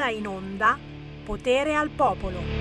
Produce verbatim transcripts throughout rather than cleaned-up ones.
ora in onda Potere al Popolo.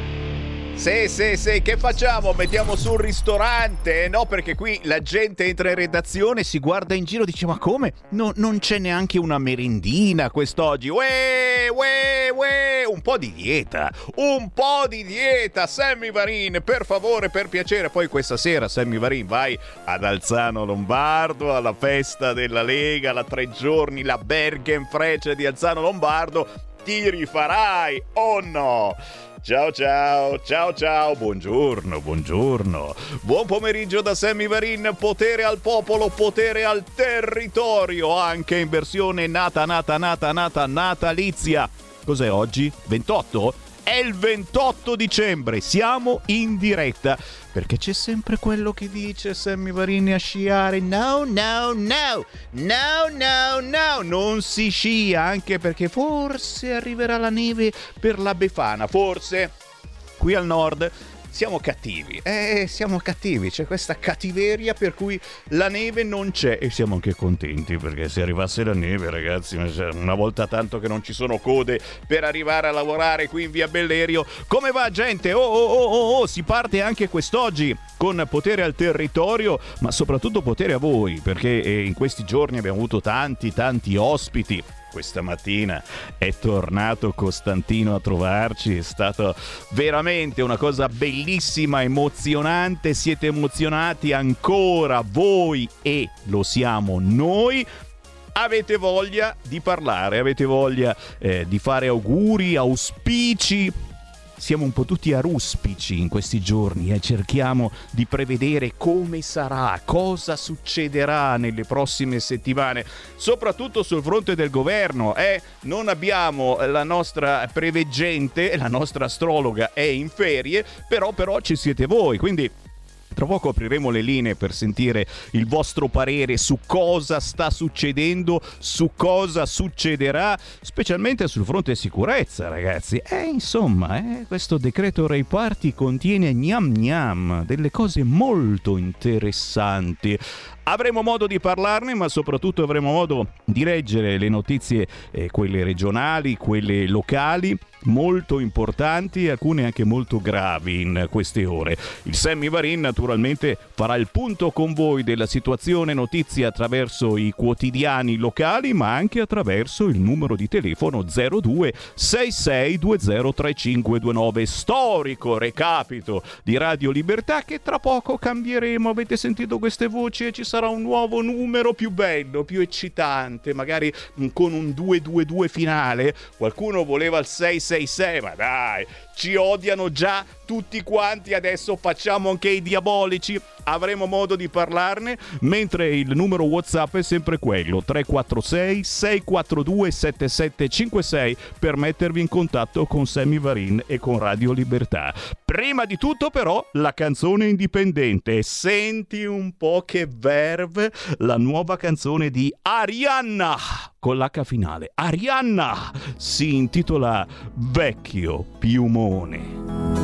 Sì, sì, sì, che facciamo? Mettiamo sul ristorante? No, perché qui la gente entra in redazione, si guarda in giro e dice: ma come? No, non c'è neanche una merendina quest'oggi. Uè, uè, uè, un po' di dieta, un po' di dieta, Sammy Varin, per favore, per piacere. Poi questa sera, Sammy Varin, vai ad Alzano Lombardo, alla festa della Lega, la tre giorni, la Bergenfrecce di Alzano Lombardo. Ti rifarai o no? Ciao ciao, ciao ciao, buongiorno, buongiorno. Buon pomeriggio da Sammy Varin, potere al popolo, potere al territorio, anche in versione nata, nata, nata, nata, natalizia. Cos'è oggi? ventotto? È il ventotto dicembre, siamo in diretta. Perché c'è sempre quello che dice Sammy Varin a sciare. No, no, no, no, no, no, non si scia, anche perché forse arriverà la neve per la Befana, forse. Qui al nord siamo cattivi, eh, siamo cattivi, c'è questa cattiveria per cui la neve non c'è e siamo anche contenti, perché se arrivasse la neve, ragazzi, una volta tanto che non ci sono code per arrivare a lavorare qui in via Bellerio. Come va, gente? Oh, oh, oh, oh, oh, si parte anche quest'oggi con potere al territorio, ma soprattutto potere a voi, perché in questi giorni abbiamo avuto tanti, tanti ospiti. Questa mattina è tornato Costantino a trovarci, è stata veramente una cosa bellissima, emozionante, siete emozionati ancora voi e lo siamo noi. Avete voglia di parlare, avete voglia eh, di fare auguri, auspici. Siamo un po' tutti a ruspici in questi giorni e eh? cerchiamo di prevedere come sarà, cosa succederà nelle prossime settimane, soprattutto sul fronte del governo. Eh? Non abbiamo la nostra preveggente, la nostra astrologa è in ferie, però, però ci siete voi, quindi tra poco apriremo le linee per sentire il vostro parere su cosa sta succedendo, su cosa succederà, specialmente sul fronte sicurezza, ragazzi. E eh, insomma, eh, questo decreto Rei Party contiene gnam gnam, delle cose molto interessanti. Avremo modo di parlarne, ma soprattutto avremo modo di leggere le notizie, eh, quelle regionali, quelle locali, molto importanti e alcune anche molto gravi in queste ore. Il Sammy Varin naturalmente farà il punto con voi della situazione notizie attraverso i quotidiani locali, ma anche attraverso il numero di telefono zero due sei sei due zero tre cinque due nove, storico recapito di Radio Libertà che tra poco cambieremo. Avete sentito queste voci e ci sarà un nuovo numero più bello, più eccitante, magari con un due due due finale. Qualcuno voleva il sei sei sei, ma dai, ci odiano già tutti quanti, adesso facciamo anche i diabolici. Avremo modo di parlarne, mentre il numero WhatsApp è sempre quello tre quattro sei sei quattro due sette sette cinque sei per mettervi in contatto con Sammy Varin e con Radio Libertà. Prima di tutto però la canzone indipendente, senti un po' che verve, la nuova canzone di Arianna con l'H finale. Arianna si intitola Vecchio Piumone.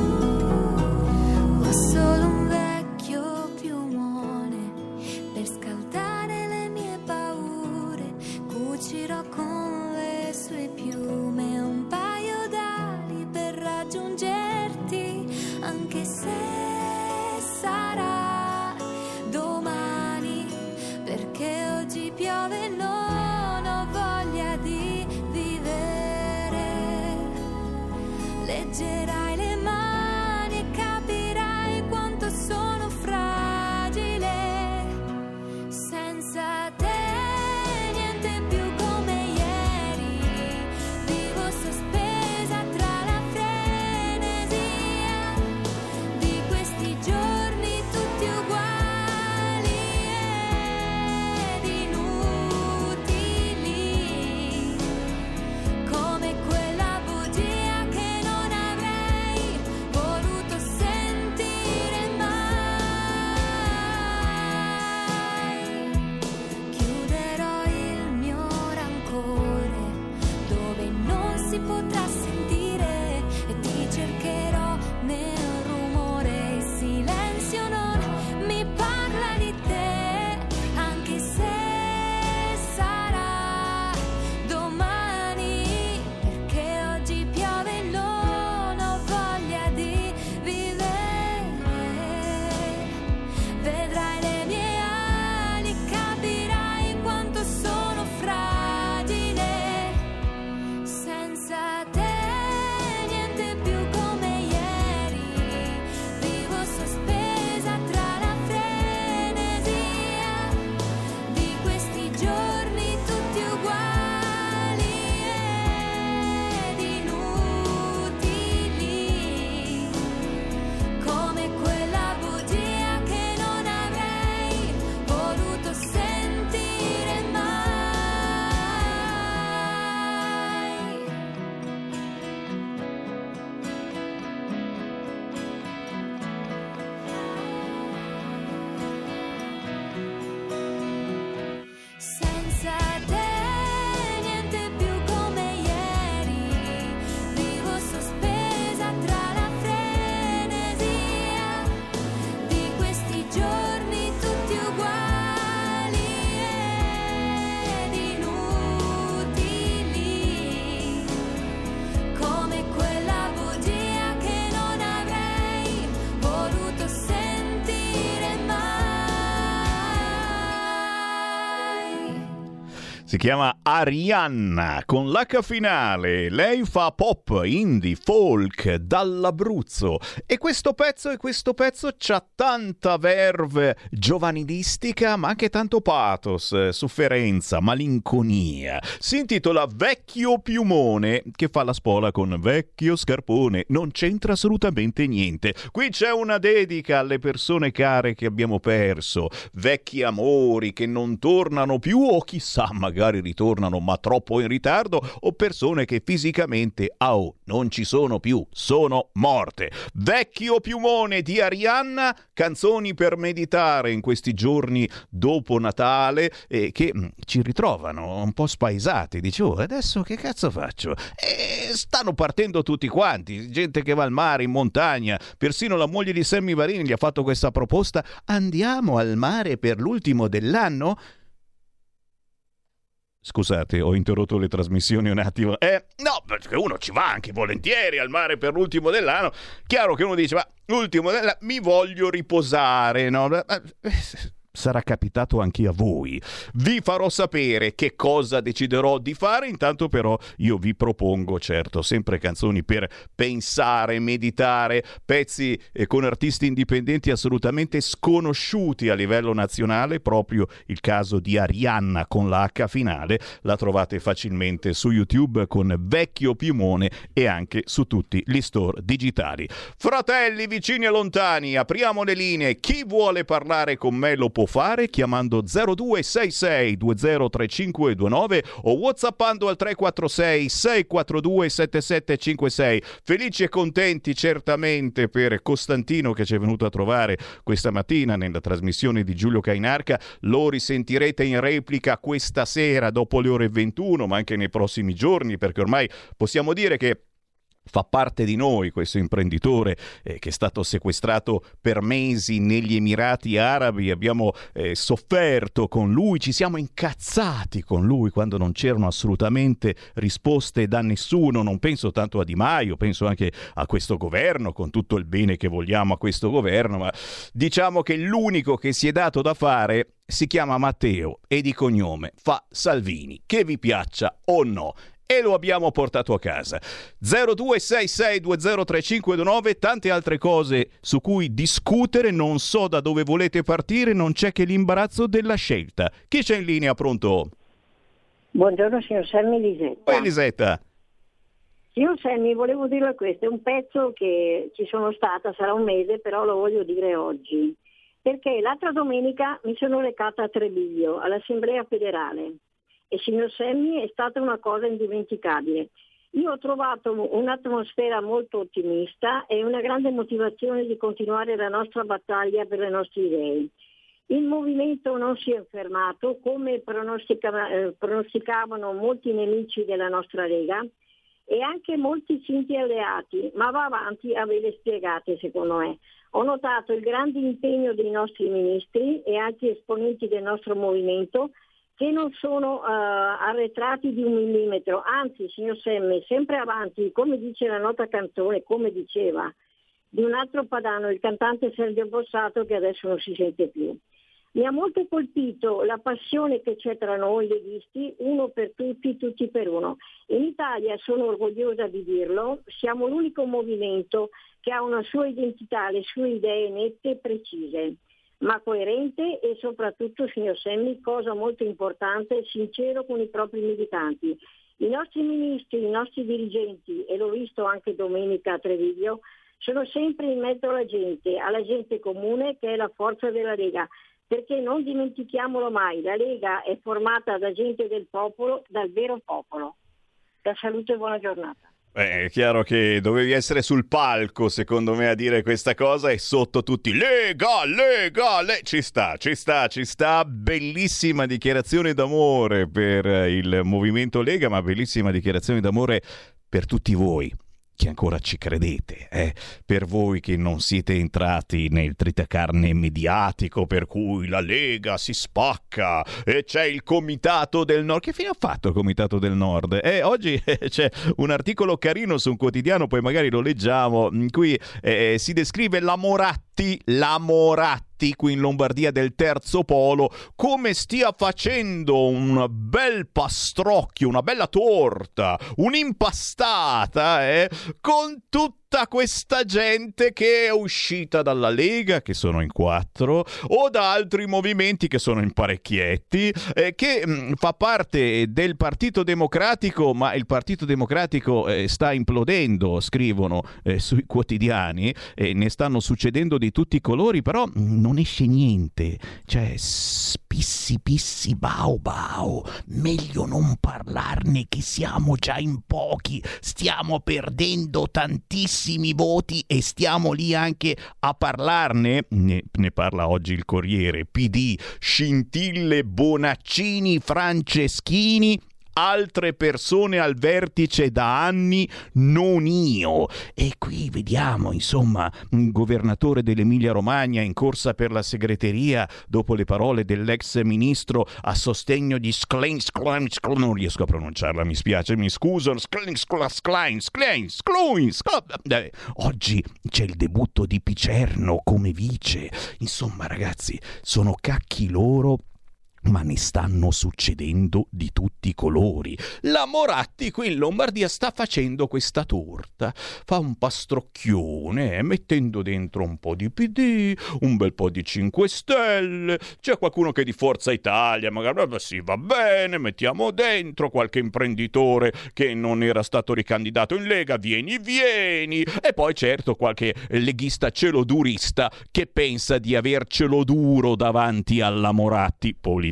Ho solo un vecchio piumone per scaldare le mie paure, cucirò con le sue piume un paio d'ali per raggiungerti, anche se sarà domani, perché oggi piove e non ho voglia di vivere. Leggerai le mani e capirai quanto sono fragile. Senza te niente più come ieri, vivo sospesa Si chiama Arianna con l'H finale. Lei fa pop, indie, folk dall'Abruzzo e questo pezzo e questo pezzo c'ha tanta verve giovanilistica ma anche tanto pathos, sofferenza, malinconia. Si intitola Vecchio Piumone, che fa la spola con Vecchio Scarpone. Non c'entra assolutamente niente. Qui c'è una dedica alle persone care che abbiamo perso, vecchi amori che non tornano più o chissà magari magari ritornano ma troppo in ritardo, o persone che fisicamente ah, oh, non ci sono più, sono morte. Vecchio Piumone di Arianna, canzoni per meditare in questi giorni dopo Natale eh, che mh, ci ritrovano un po' spaesati. Dicevo, oh, adesso che cazzo faccio? E stanno partendo tutti quanti, gente che va al mare, in montagna, persino la moglie di Sammy Varini gli ha fatto questa proposta: andiamo al mare per l'ultimo dell'anno? Scusate, ho interrotto le trasmissioni un attimo. Eh, no, perché uno ci va anche volentieri al mare per l'ultimo dell'anno. Chiaro che uno dice, ma l'ultimo dell'anno mi voglio riposare, no? Sarà capitato anche a voi. Vi farò sapere che cosa deciderò di fare. Intanto però io vi propongo, certo, sempre canzoni per pensare, meditare, pezzi eh, con artisti indipendenti assolutamente sconosciuti a livello nazionale. Proprio il caso di Arianna con la H finale la trovate facilmente su YouTube con Vecchio Piumone e anche su tutti gli store digitali. Fratelli vicini e lontani, apriamo le linee. Chi vuole parlare con me lo può fare chiamando zero due sei sei due zero tre cinque due nove o whatsappando al tre quattro sei sei quattro due sette sette cinque sei. Felici e contenti certamente per Costantino che ci è venuto a trovare questa mattina nella trasmissione di Giulio Cainarca. Lo risentirete in replica questa sera dopo le ore ventuno, ma anche nei prossimi giorni, perché ormai possiamo dire che fa parte di noi questo imprenditore eh, che è stato sequestrato per mesi negli Emirati Arabi. Abbiamo eh, sofferto con lui, ci siamo incazzati con lui quando non c'erano assolutamente risposte da nessuno. Non penso tanto a Di Maio, penso anche a questo governo, con tutto il bene che vogliamo a questo governo, ma diciamo che l'unico che si è dato da fare si chiama Matteo e di cognome fa Salvini, che vi piaccia o no. E lo abbiamo portato a casa. zero due sei sei due zero tre cinque due nove, tante altre cose su cui discutere. Non so da dove volete partire, non c'è che l'imbarazzo della scelta. Chi c'è in linea? Pronto? Buongiorno signor Sammy, Elisetta. Oh, Elisetta. Signor Sammy, volevo dirle questo, è un pezzo che ci sono stata, sarà un mese, però lo voglio dire oggi. Perché l'altra domenica mi sono recata a Treviglio, all'Assemblea federale. E signor Sammy, è stata una cosa indimenticabile. Io ho trovato un'atmosfera molto ottimista e una grande motivazione di continuare la nostra battaglia per le nostre idee. Il movimento non si è fermato, come pronostica, eh, pronosticavano molti nemici della nostra Lega e anche molti finti alleati, ma va avanti a ve le spiegate secondo me. Ho notato il grande impegno dei nostri ministri e anche esponenti del nostro movimento che non sono uh, arretrati di un millimetro, anzi, signor Sammy, sempre avanti, come dice la nota canzone, come diceva, di un altro padano, il cantante Sergio Bossato, che adesso non si sente più. Mi ha molto colpito la passione che c'è tra noi leghisti, uno per tutti, tutti per uno. In Italia, sono orgogliosa di dirlo, siamo l'unico movimento che ha una sua identità, le sue idee nette e precise, ma coerente e soprattutto, signor Sammy, cosa molto importante, sincero con i propri militanti. I nostri ministri, i nostri dirigenti, e l'ho visto anche domenica a Treviglio, sono sempre in mezzo alla gente, alla gente comune che è la forza della Lega, perché non dimentichiamolo mai, la Lega è formata da gente del popolo, dal vero popolo. La salute e buona giornata. Beh, è chiaro che dovevi essere sul palco, secondo me, a dire questa cosa e sotto tutti Lega, Lega, le... ci sta, ci sta, ci sta. Bellissima dichiarazione d'amore per il movimento Lega, ma bellissima dichiarazione d'amore per tutti voi che ancora ci credete, eh? Per voi che non siete entrati nel tritacarne mediatico per cui la Lega si spacca e c'è il Comitato del Nord. Che fine ha fatto il Comitato del Nord? Eh, oggi c'è un articolo carino su un quotidiano, poi magari lo leggiamo, in cui eh, si descrive la Moratti Moratti, la Moratti qui in Lombardia del terzo polo, come stia facendo un bel pastrocchio, una bella torta, un'impastata, eh, con tutta questa gente che è uscita dalla Lega, che sono in quattro, o da altri movimenti che sono in parecchietti, eh, che mh, fa parte del Partito Democratico, ma il Partito Democratico eh, sta implodendo, scrivono eh, sui quotidiani, e ne stanno succedendo di tutti i colori, però mh, non esce niente, cioè spissi pissi bau bau, meglio non parlarne che siamo già in pochi, stiamo perdendo tantissimi voti e stiamo lì anche a parlarne. Ne, ne parla oggi il Corriere, P D, scintille Bonaccini, Franceschini, altre persone al vertice da anni, non io. E qui vediamo, insomma, un governatore dell'Emilia Romagna in corsa per la segreteria dopo le parole dell'ex ministro a sostegno di Sklein, Sklein, Sklein, non riesco a pronunciarla, mi spiace, mi scuso. Sklein, Sklein, Sklein, Sklein, Sklein. Oggi c'è il debutto di Picerno come vice. Insomma, ragazzi, sono cacchi loro, ma ne stanno succedendo di tutti i colori. La Moratti qui in Lombardia sta facendo questa torta, fa un pastrocchione, eh, mettendo dentro un po' di P D, un bel po' di cinque Stelle, c'è qualcuno che è di Forza Italia, magari beh, sì, va bene, mettiamo dentro qualche imprenditore che non era stato ricandidato in Lega, vieni vieni, e poi certo qualche leghista celodurista che pensa di avercelo duro davanti alla Moratti, politicamente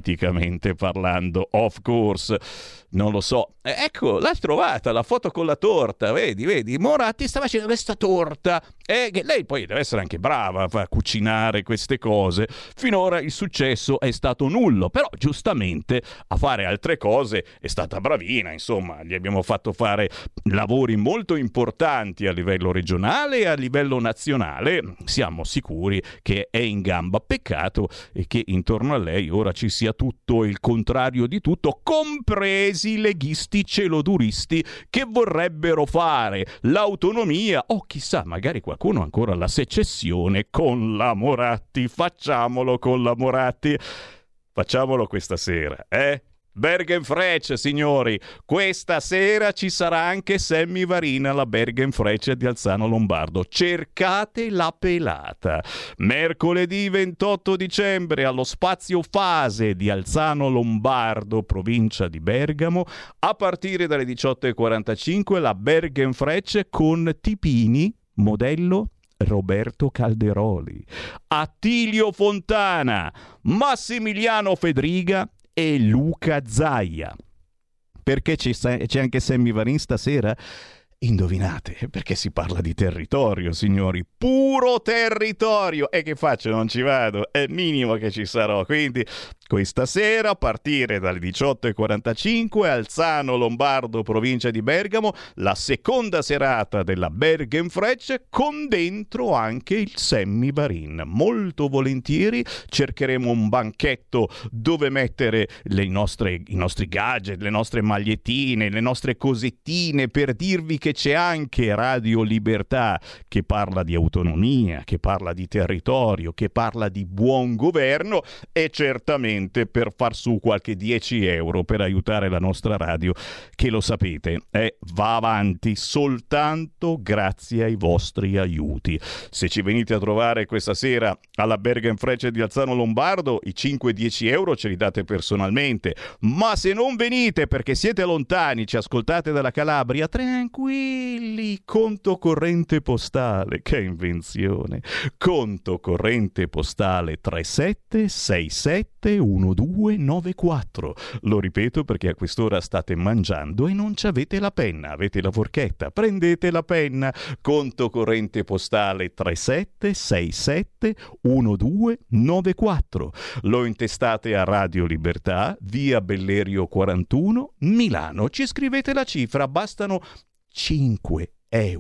parlando, of course. Non lo so. Ecco, l'ha trovata la foto con la torta, vedi, vedi, Moratti sta facendo questa torta, e che lei poi deve essere anche brava a cucinare queste cose. Finora il successo è stato nullo, però giustamente a fare altre cose è stata bravina, insomma, gli abbiamo fatto fare lavori molto importanti a livello regionale e a livello nazionale. Siamo sicuri che è in gamba. Peccato e che intorno a lei ora ci sia tutto il contrario di tutto, compresi i leghisti celoduristi che vorrebbero fare l'autonomia o chissà, magari qualcuno ancora la secessione con la Moratti. Facciamolo con la Moratti, facciamolo questa sera, eh? Bergenfrecce, signori, questa sera ci sarà anche Sammy Varin alla Bergenfrecce di Alzano Lombardo. Cercate la pelata. Mercoledì ventotto dicembre allo Spazio Fase di Alzano Lombardo, provincia di Bergamo, a partire dalle diciotto e quarantacinque la Bergenfrecce con Tipini, modello Roberto Calderoli, Attilio Fontana, Massimiliano Fedriga e Luca Zaia. Perché c'è, c'è anche Sammy Varin stasera? Indovinate, perché si parla di territorio, signori, puro territorio. E che faccio, non ci vado? È minimo che ci sarò. Quindi questa sera a partire dalle diciotto e quarantacinque Alzano Lombardo, provincia di Bergamo, la seconda serata della Bergenfrecce con dentro anche il Sammy Varin. Molto volentieri cercheremo un banchetto dove mettere le nostre, i nostri gadget, le nostre magliettine, le nostre cosettine, per dirvi che c'è anche Radio Libertà che parla di autonomia, che parla di territorio, che parla di buon governo, e certamente per far su qualche dieci euro per aiutare la nostra radio, che lo sapete, eh, va avanti soltanto grazie ai vostri aiuti. Se ci venite a trovare questa sera alla Bergenfrecce di Alzano Lombardo, i cinque dieci euro ce li date personalmente, ma se non venite perché siete lontani, ci ascoltate dalla Calabria, tranquilli, conto corrente postale, che invenzione, conto corrente postale tre sette sei sette uno due nove quattro. Lo ripeto perché a quest'ora state mangiando e non ci avete la penna, avete la forchetta, prendete la penna. Conto corrente postale tre sette sei sette uno due nove quattro. Lo intestate a Radio Libertà, via Bellerio quarantuno, Milano. Ci scrivete la cifra, bastano cinque euro.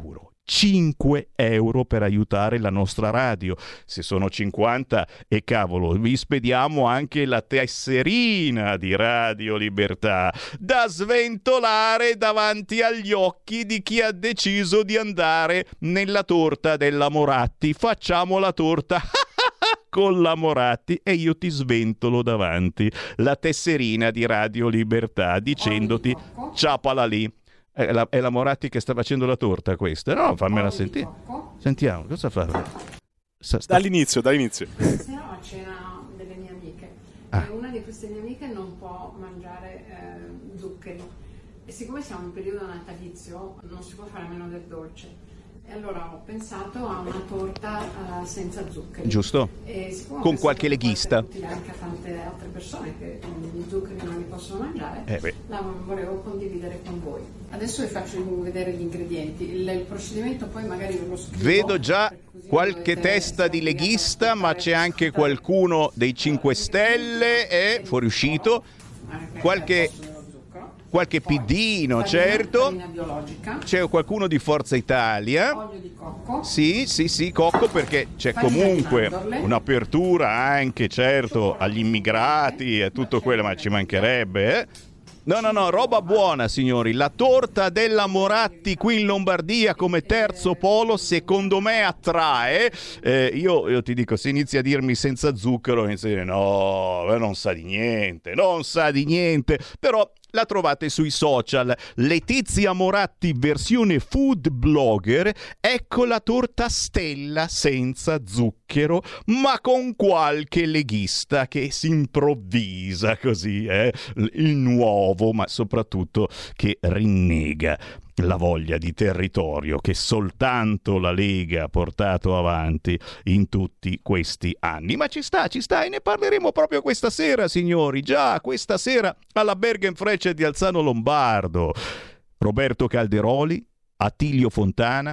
cinque euro per aiutare la nostra radio. Se sono cinquanta, e cavolo, vi spediamo anche la tesserina di Radio Libertà da sventolare davanti agli occhi di chi ha deciso di andare nella torta della Moratti. Facciamo la torta con la Moratti e io ti sventolo davanti la tesserina di Radio Libertà dicendoti ciapala lì. È la, è la Moratti che sta facendo la torta questa? No, fammela sentire. Sentiamo, cosa fa? Sta, sta... Dall'inizio, dall'inizio. Stasera ho a cena delle mie amiche Ah. e una di queste mie amiche non può mangiare eh, zuccheri e siccome siamo in periodo natalizio non si può fare a meno del dolce. E allora ho pensato a una torta uh, senza zuccheri. Giusto? E siccome Con questo qualche può essere leghista. utile anche a tante altre persone che mm, gli zuccheri non li possono mangiare, Eh beh. la volevo condividere con voi. Adesso vi faccio vedere gli ingredienti. Il, il procedimento poi magari ve lo scrivo. Vedo già perché così qualche dovete testa essere di obbligati a leghista, ma c'è anche ascoltare. qualcuno dei cinque Stelle e fuoriuscito, Anche qualche, al posto dello zucchero. qualche Poi pidino, farina- certo. farina biologica, C'è qualcuno di Forza Italia. olio di cocco, Sì, sì, sì, cocco, perché c'è Farina di comunque mandorle. un'apertura anche, certo, agli immigrati e tutto quello, ma ci mancherebbe, eh? No, no, no, roba buona, signori. La torta della Moratti qui in Lombardia come terzo polo, secondo me attrae. Eh, io, io ti dico, se inizi a dirmi senza zucchero, inizi a dire no, eh, non sa di niente, non sa di niente. Però la trovate sui social. Letizia Moratti versione food blogger. Ecco la torta stella senza zucchero, ma con qualche leghista che si improvvisa così, eh? Il nuovo, ma soprattutto che rinnega la voglia di territorio che soltanto la Lega ha portato avanti in tutti questi anni. Ma ci sta, ci sta, e ne parleremo proprio questa sera, signori. Già, questa sera alla Bergenfrecce di Alzano Lombardo. Roberto Calderoli, Attilio Fontana,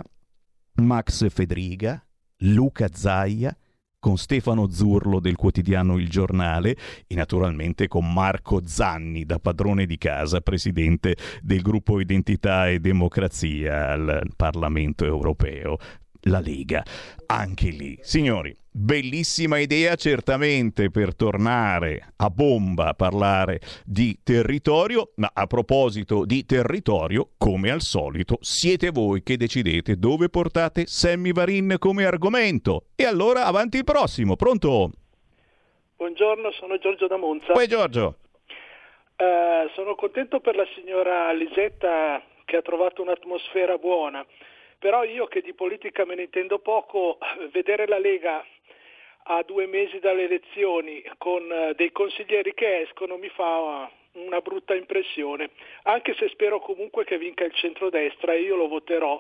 Max Fedriga, Luca Zaia, con Stefano Zurlo del quotidiano Il Giornale e naturalmente con Marco Zanni, da padrone di casa, presidente del gruppo Identità e Democrazia al Parlamento Europeo, la Lega. Anche lì, signori, bellissima idea certamente per tornare a bomba a parlare di territorio, ma a proposito di territorio, come al solito, siete voi che decidete dove portate Sammy Varin come argomento. E allora avanti il prossimo, pronto? Buongiorno, sono Giorgio da Monza. Poi Giorgio. Eh, sono contento per la signora Lisetta che ha trovato un'atmosfera buona, però io che di politica me ne intendo poco, vedere la Lega a due mesi dalle elezioni con dei consiglieri che escono mi fa una brutta impressione, anche se spero comunque che vinca il centrodestra e io lo voterò.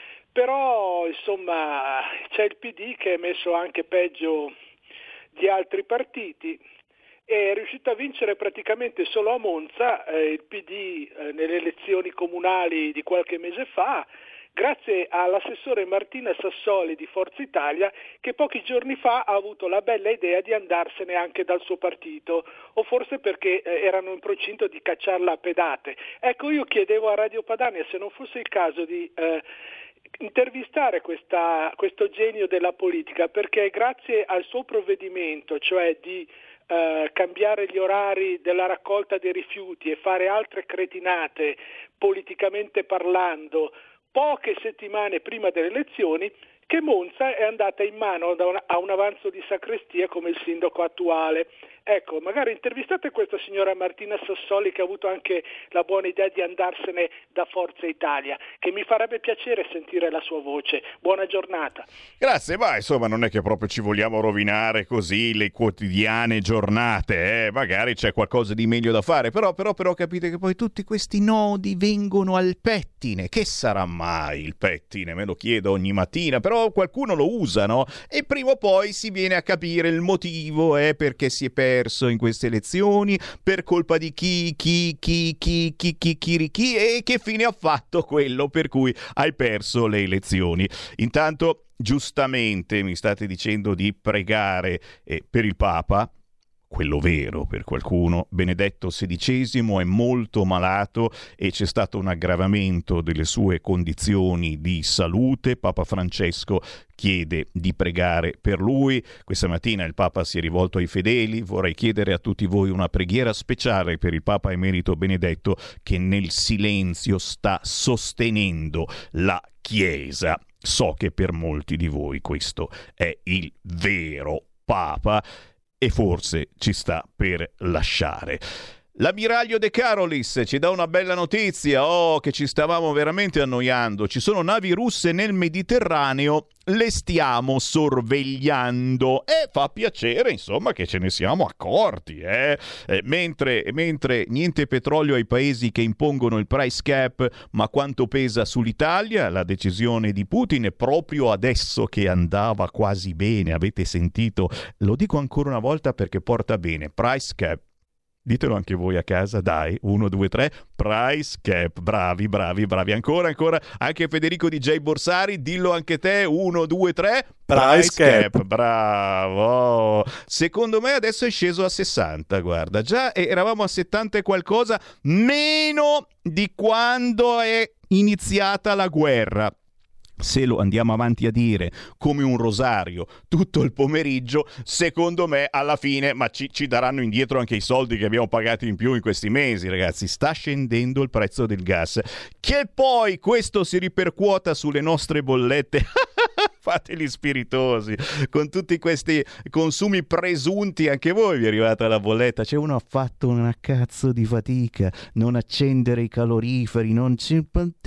Però insomma c'è il P D che è messo anche peggio di altri partiti, è riuscito a vincere praticamente solo a Monza eh, il P D eh, nelle elezioni comunali di qualche mese fa, grazie all'assessore Martina Sassoli di Forza Italia, che pochi giorni fa ha avuto la bella idea di andarsene anche dal suo partito, o forse perché eh, erano in procinto di cacciarla a pedate. Ecco, io chiedevo a Radio Padania se non fosse il caso di eh, intervistare questa, questo genio della politica, perché grazie al suo provvedimento, cioè di eh, cambiare gli orari della raccolta dei rifiuti e fare altre cretinate politicamente parlando, poche settimane prima delle elezioni, che Monza è andata in mano da una, a un avanzo di sacrestia come il sindaco attuale. Ecco, magari intervistate questa signora Martina Sassoli, che ha avuto anche la buona idea di andarsene da Forza Italia, che mi farebbe piacere sentire la sua voce. Buona giornata. Grazie, ma insomma non è che proprio ci vogliamo rovinare così le quotidiane giornate, eh? Magari c'è qualcosa di meglio da fare, però, però, però capite che poi tutti questi nodi vengono al pettine. Che sarà mai il pettine? Me lo chiedo ogni mattina, però qualcuno lo usa, no? E prima o poi si viene a capire il motivo, eh, perché si è perso in queste elezioni, per colpa di chi, chi, chi, chi, chi, chi, chi, chi, e che fine ha fatto quello per cui hai perso le elezioni. Intanto, giustamente mi state dicendo di pregare eh, per il Papa. quello vero per qualcuno. Benedetto sedicesimo è molto malato e c'è stato un aggravamento delle sue condizioni di salute. Papa Francesco chiede di pregare per lui. Questa mattina il Papa si è rivolto ai fedeli. Vorrei chiedere a tutti voi una preghiera speciale per il Papa Emerito Benedetto, che nel silenzio sta sostenendo la Chiesa. So che per molti di voi questo è il vero Papa e forse ci sta per lasciare. L'ammiraglio De Carolis ci dà una bella notizia. Oh, che ci stavamo veramente annoiando. Ci sono navi russe nel Mediterraneo, le stiamo sorvegliando e fa piacere, insomma, che ce ne siamo accorti. Eh? Eh, mentre, mentre niente petrolio ai paesi che impongono il price cap, ma quanto pesa sull'Italia la decisione di Putin proprio adesso che andava quasi bene. Avete sentito? Lo dico ancora una volta perché porta bene. Price cap. Ditelo anche voi a casa, dai, uno, due, tre, price cap, bravi, bravi, bravi, ancora, ancora, anche Federico D J Borsari, dillo anche te, uno, due, tre, price, price cap. cap, bravo, secondo me adesso è sceso a sessanta, guarda, già eravamo a settanta e qualcosa, meno di quando è iniziata la guerra. Se lo andiamo avanti a dire come un rosario tutto il pomeriggio, secondo me alla fine ma ci, ci daranno indietro anche i soldi che abbiamo pagato in più in questi mesi, ragazzi. Sta scendendo il prezzo del gas, che poi questo si ripercuota sulle nostre bollette. Fate gli spiritosi con tutti questi consumi presunti. Anche voi vi è arrivata la bolletta, cioè uno ha fatto una cazzo di fatica non accendere i caloriferi, non ci...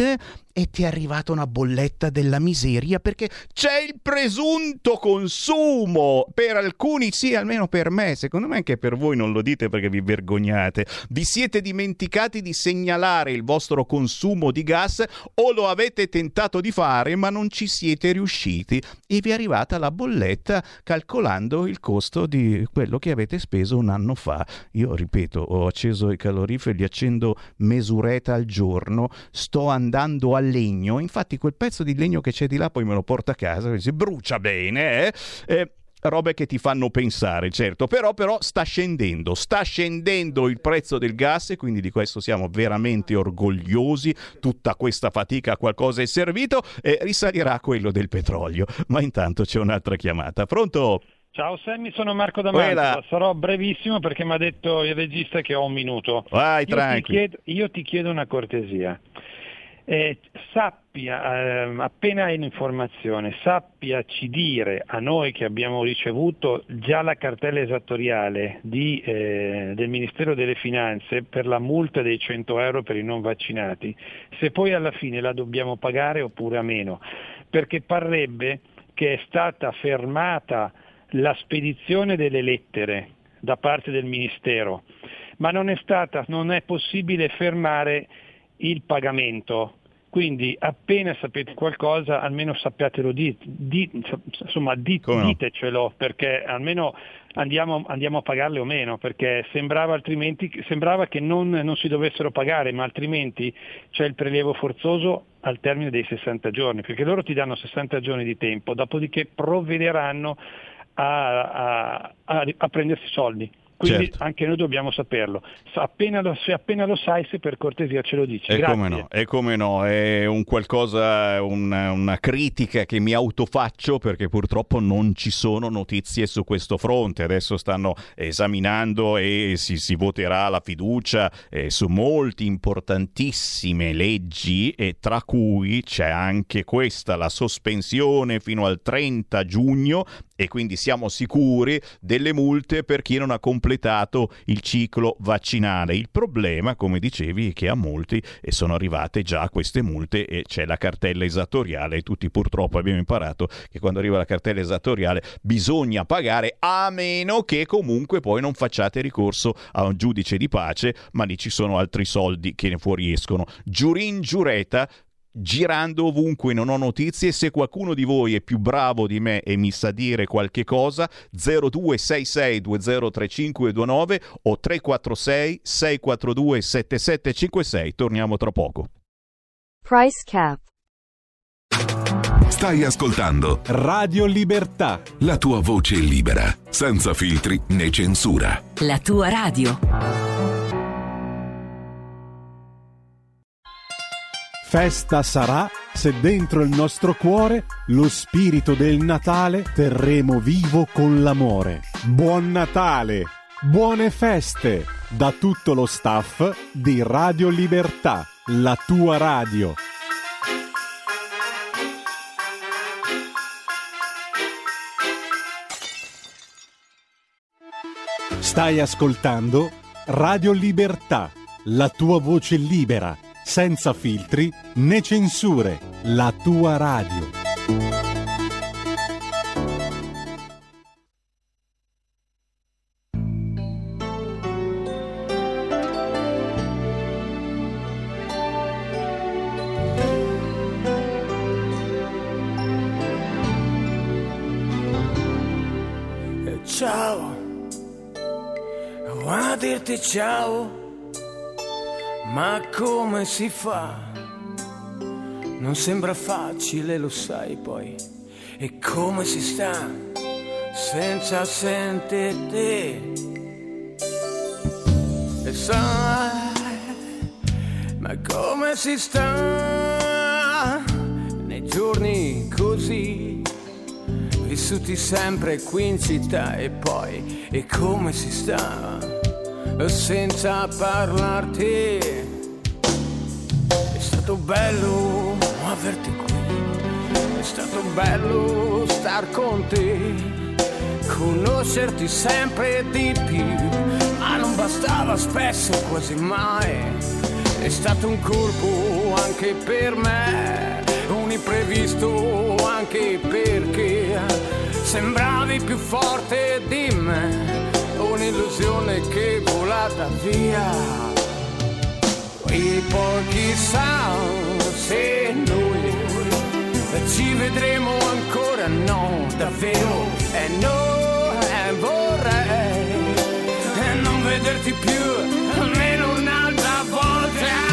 e ti è arrivata una bolletta della miseria perché c'è il presunto consumo. Per alcuni sì, almeno per me, secondo me anche per voi non lo dite perché vi vergognate. Vi siete dimenticati di segnalare il vostro consumo di gas o lo avete tentato di fare ma non ci siete riusciti e vi è arrivata la bolletta calcolando il costo di quello che avete speso un anno fa. Io ripeto, ho acceso i caloriferi, li accendo mesuretta al giorno, sto andando a legno, infatti quel pezzo di legno che c'è di là poi me lo porto a casa, si brucia bene, eh? Eh, robe che ti fanno pensare, certo, però, però sta scendendo, sta scendendo il prezzo del gas e quindi di questo siamo veramente orgogliosi. Tutta questa fatica a qualcosa è servito e risalirà quello del petrolio, ma intanto c'è un'altra chiamata. Pronto? Ciao Sammy, sono Marco da Mantova, sarò brevissimo perché mi ha detto il regista che ho un minuto. Vai, io tranqui. Ti chiedo, io ti chiedo una cortesia. Eh, sappia, eh, appena hai l'informazione, sappiaci dire a noi che abbiamo ricevuto già la cartella esattoriale di, eh, del Ministero delle Finanze per la multa dei cento euro per i non vaccinati, se poi alla fine la dobbiamo pagare oppure a meno, perché parrebbe che è stata fermata la spedizione delle lettere da parte del Ministero, ma non è stata, non è possibile fermare il pagamento. Quindi appena sapete qualcosa almeno sappiatelo, di, di, insomma di, no? ditecelo, perché almeno andiamo, andiamo a pagarle o meno, perché sembrava altrimenti sembrava che non, non si dovessero pagare, ma altrimenti c'è il prelievo forzoso al termine dei sessanta giorni, perché loro ti danno sessanta giorni di tempo, dopodiché provvederanno a, a, a, a prendersi soldi. Quindi certo, anche noi dobbiamo saperlo. Appena lo, se appena lo sai, se per cortesia ce lo dici. E Grazie. come no, e come no, è un qualcosa, una, una critica che mi autofaccio perché purtroppo non ci sono notizie su questo fronte. Adesso stanno esaminando e si, si voterà la fiducia eh, su molti importantissime leggi e tra cui c'è anche questa, la sospensione fino al trenta giugno e quindi siamo sicuri delle multe per chi non ha completato il ciclo vaccinale. Il problema, come dicevi, è che a molti sono arrivate già queste multe e c'è la cartella esattoriale e tutti purtroppo abbiamo imparato che quando arriva la cartella esattoriale bisogna pagare, a meno che comunque poi non facciate ricorso a un giudice di pace, ma lì ci sono altri soldi che ne fuoriescono. Giurin giureta, girando ovunque non ho notizie. Se qualcuno di voi è più bravo di me e mi sa dire qualche cosa, zero due sei sei due zero tre cinque due nove o tre quattro sei sei quattro due sette sette cinque sei. Torniamo tra poco. Price cap. Stai ascoltando Radio Libertà. La tua voce libera, senza filtri né censura. La tua radio. Festa sarà se dentro il nostro cuore lo spirito del Natale terremo vivo con l'amore. Buon Natale! Buone feste! Da tutto lo staff di Radio Libertà, la tua radio. Stai ascoltando Radio Libertà, la tua voce libera, senza filtri né censure, la tua radio. Ciao, a dirti ciao, ma come si fa? Non sembra facile, lo sai poi. E come si sta senza sentirti? E sai, ma come si sta nei giorni così, vissuti sempre qui in città? E poi, e come si sta senza parlarti? È stato bello averti qui, è stato bello star con te, conoscerti sempre di più, ma non bastava spesso, quasi mai. È stato un colpo anche per me, un imprevisto anche perché sembravi più forte di me, un'illusione che è volata via. E poi chissà se noi ci vedremo ancora, no, davvero, e no, e vorrei non vederti più almeno un'altra volta.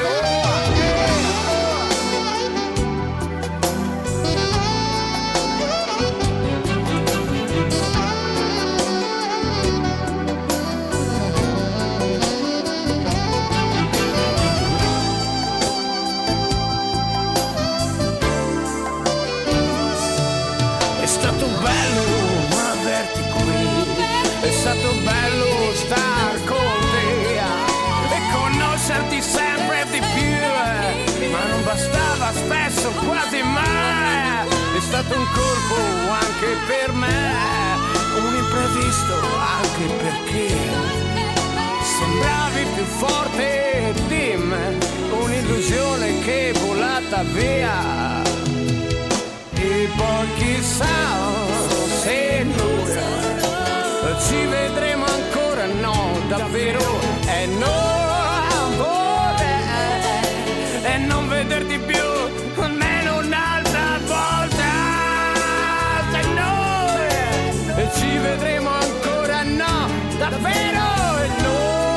È stato bello star con te e conoscerti sempre di più, ma non bastava spesso, quasi mai. È stato un colpo anche per me, un imprevisto anche perché sembravi più forte di me, un'illusione che è volata via. E poi chissà se noi ci vedremo ancora, no, davvero, e no, vorrei e non vederti più almeno un'altra volta. Se noi ci vedremo ancora, no, davvero, e no,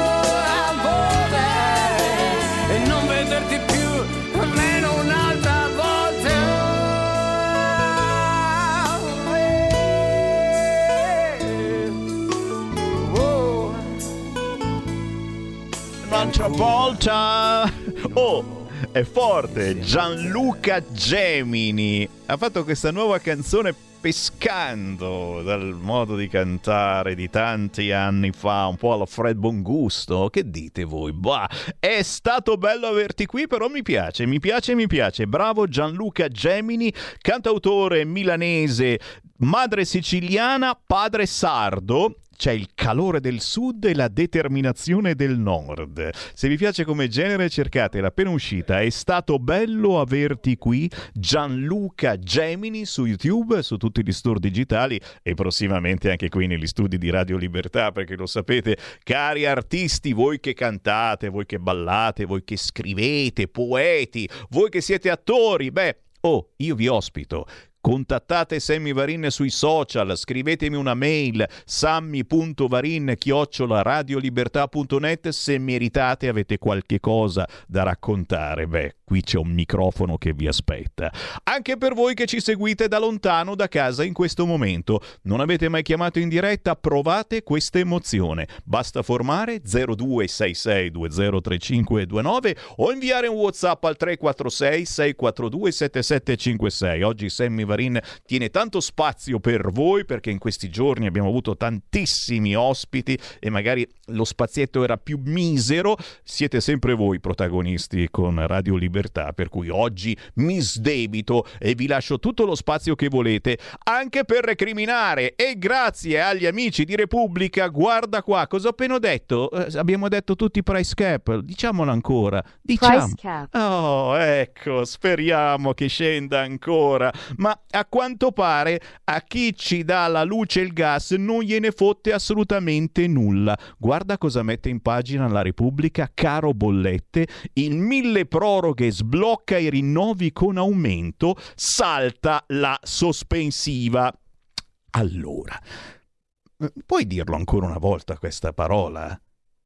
vorrei e non vederti più almeno un'altra volta. Un'altra volta. Oh, è forte. Gianluca Gemini ha fatto questa nuova canzone pescando dal modo di cantare di tanti anni fa, un po' alla Fred Bongusto. Che dite voi? Bah, è stato bello averti qui, però mi piace, mi piace, mi piace. Bravo Gianluca Gemini, cantautore milanese, madre siciliana, padre sardo. C'è il calore del sud e la determinazione del nord. Se vi piace come genere, cercatela, appena uscita. È stato bello averti qui, Gianluca Gemini, su YouTube, su tutti gli store digitali e prossimamente anche qui negli studi di Radio Libertà, perché lo sapete, cari artisti, voi che cantate, voi che ballate, voi che scrivete, poeti, voi che siete attori, beh, oh, io vi ospito contattate Sammy Varin sui social, scrivetemi una mail sammy punto varin chiocciola radiolibertà punto net se meritate, avete qualche cosa da raccontare. Beh, qui c'è un microfono che vi aspetta. Anche per voi che ci seguite da lontano, da casa in questo momento, non avete mai chiamato in diretta, provate questa emozione. Basta formare zero due sei sei due zero tre cinque due nove o inviare un WhatsApp al tre quattro sei sei quattro due sette sette cinque sei. Oggi Sammy Varin tiene tanto spazio per voi perché in questi giorni abbiamo avuto tantissimi ospiti e magari lo spazietto era più misero. Siete sempre voi protagonisti con Radio Libertà, per cui oggi mi sdebito e vi lascio tutto lo spazio che volete anche per recriminare. E grazie agli amici di Repubblica, guarda qua cosa ho appena detto, eh, abbiamo detto tutti price cap, diciamolo ancora, diciamo. Price cap. Oh, ecco, speriamo che scenda ancora, ma a quanto pare a chi ci dà la luce e il gas non gliene fotte assolutamente nulla. Guarda cosa mette in pagina la Repubblica: caro bollette, il mille proroghe sblocca i rinnovi con aumento, salta la sospensiva. Allora, puoi dirlo ancora una volta questa parola?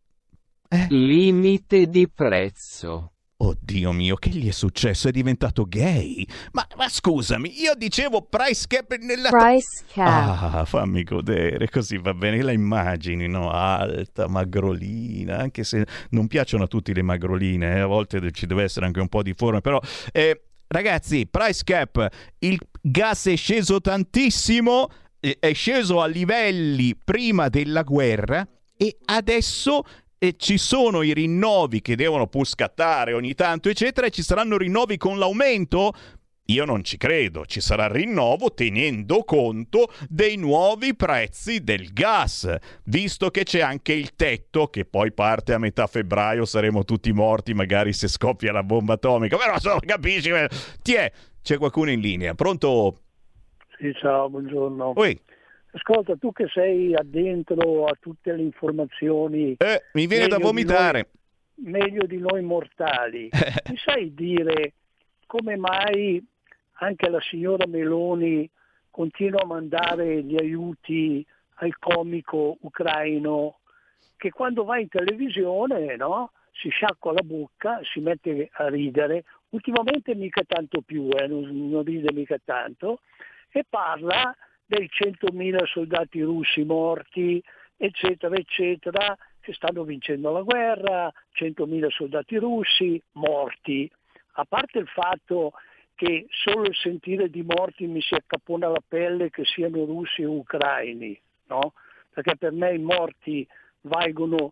Eh? Limite di prezzo. Oddio mio, che gli è successo? È diventato gay? Ma, ma scusami, io dicevo price cap nella... Price cap. Ah, fammi godere, così va bene. La immagini, no? Alta, magrolina, anche se non piacciono a tutti le magroline, eh? A volte ci deve essere anche un po' di forma, però... Eh, ragazzi, price cap, il gas è sceso tantissimo, è sceso a livelli prima della guerra e adesso... e ci sono i rinnovi che devono pur scattare ogni tanto eccetera, e ci saranno rinnovi con l'aumento? Io non ci credo, ci sarà il rinnovo tenendo conto dei nuovi prezzi del gas, visto che c'è anche il tetto che poi parte a metà febbraio, saremo tutti morti magari se scoppia la bomba atomica, però insomma capisci, ti è, c'è qualcuno in linea, pronto? Sì, ciao, buongiorno. Oi. Ascolta, tu che sei addentro a tutte le informazioni... Eh, mi viene da vomitare. Di noi, meglio di noi mortali. Mi sai dire come mai anche la signora Meloni continua a mandare gli aiuti al comico ucraino che quando va in televisione, no, si sciacqua la bocca, si mette a ridere, ultimamente mica tanto più, eh, non, non ride mica tanto, e parla... dei centomila soldati russi morti, eccetera, eccetera, che stanno vincendo la guerra, centomila soldati russi morti. A parte il fatto che solo il sentire di morti mi si accapona la pelle che siano russi o ucraini, no? Perché per me i morti valgono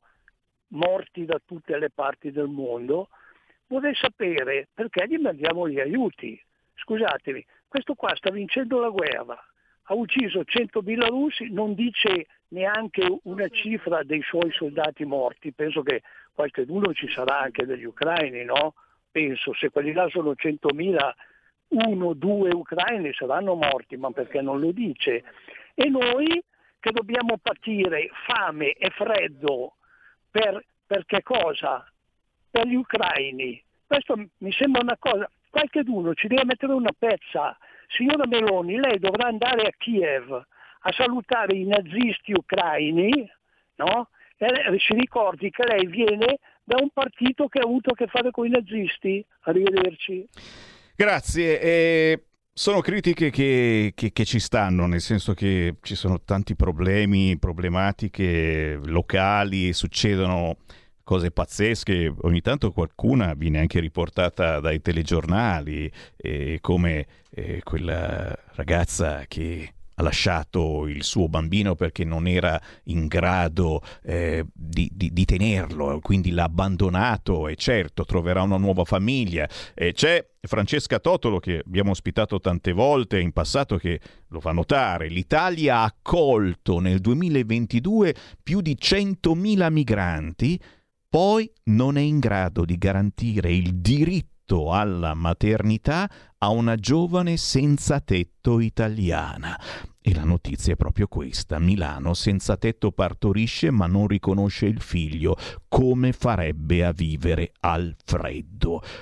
morti da tutte le parti del mondo. Vorrei sapere perché gli mandiamo gli aiuti. Scusatemi, questo qua sta vincendo la guerra. Ha ucciso centomila russi, non dice neanche una cifra dei suoi soldati morti. Penso che qualcheduno ci sarà anche degli ucraini, no? Penso, se quelli là sono centomila, uno, due ucraini saranno morti, ma perché non lo dice? E noi che dobbiamo patire fame e freddo per, per che cosa? Per gli ucraini. Questo mi sembra una cosa, qualcheduno ci deve mettere una pezza. Signora Meloni, lei dovrà andare a Kiev a salutare i nazisti ucraini, no? E si ricordi che lei viene da un partito che ha avuto a che fare con i nazisti. Arrivederci. Grazie. Eh, sono critiche che, che, che ci stanno, nel senso che ci sono tanti problemi, problematiche locali, succedono cose pazzesche, ogni tanto qualcuna viene anche riportata dai telegiornali, eh, come eh, quella ragazza che ha lasciato il suo bambino perché non era in grado eh, di, di, di tenerlo, quindi l'ha abbandonato, e certo troverà una nuova famiglia. E c'è Francesca Totolo, che abbiamo ospitato tante volte in passato, che lo fa notare: l'Italia ha accolto nel duemilaventidue più di centomila migranti, poi non è in grado di garantire il diritto alla maternità a una giovane senza tetto italiana. E la notizia è proprio questa: Milano senza tetto partorisce ma non riconosce il figlio. Come farebbe a vivere al freddo?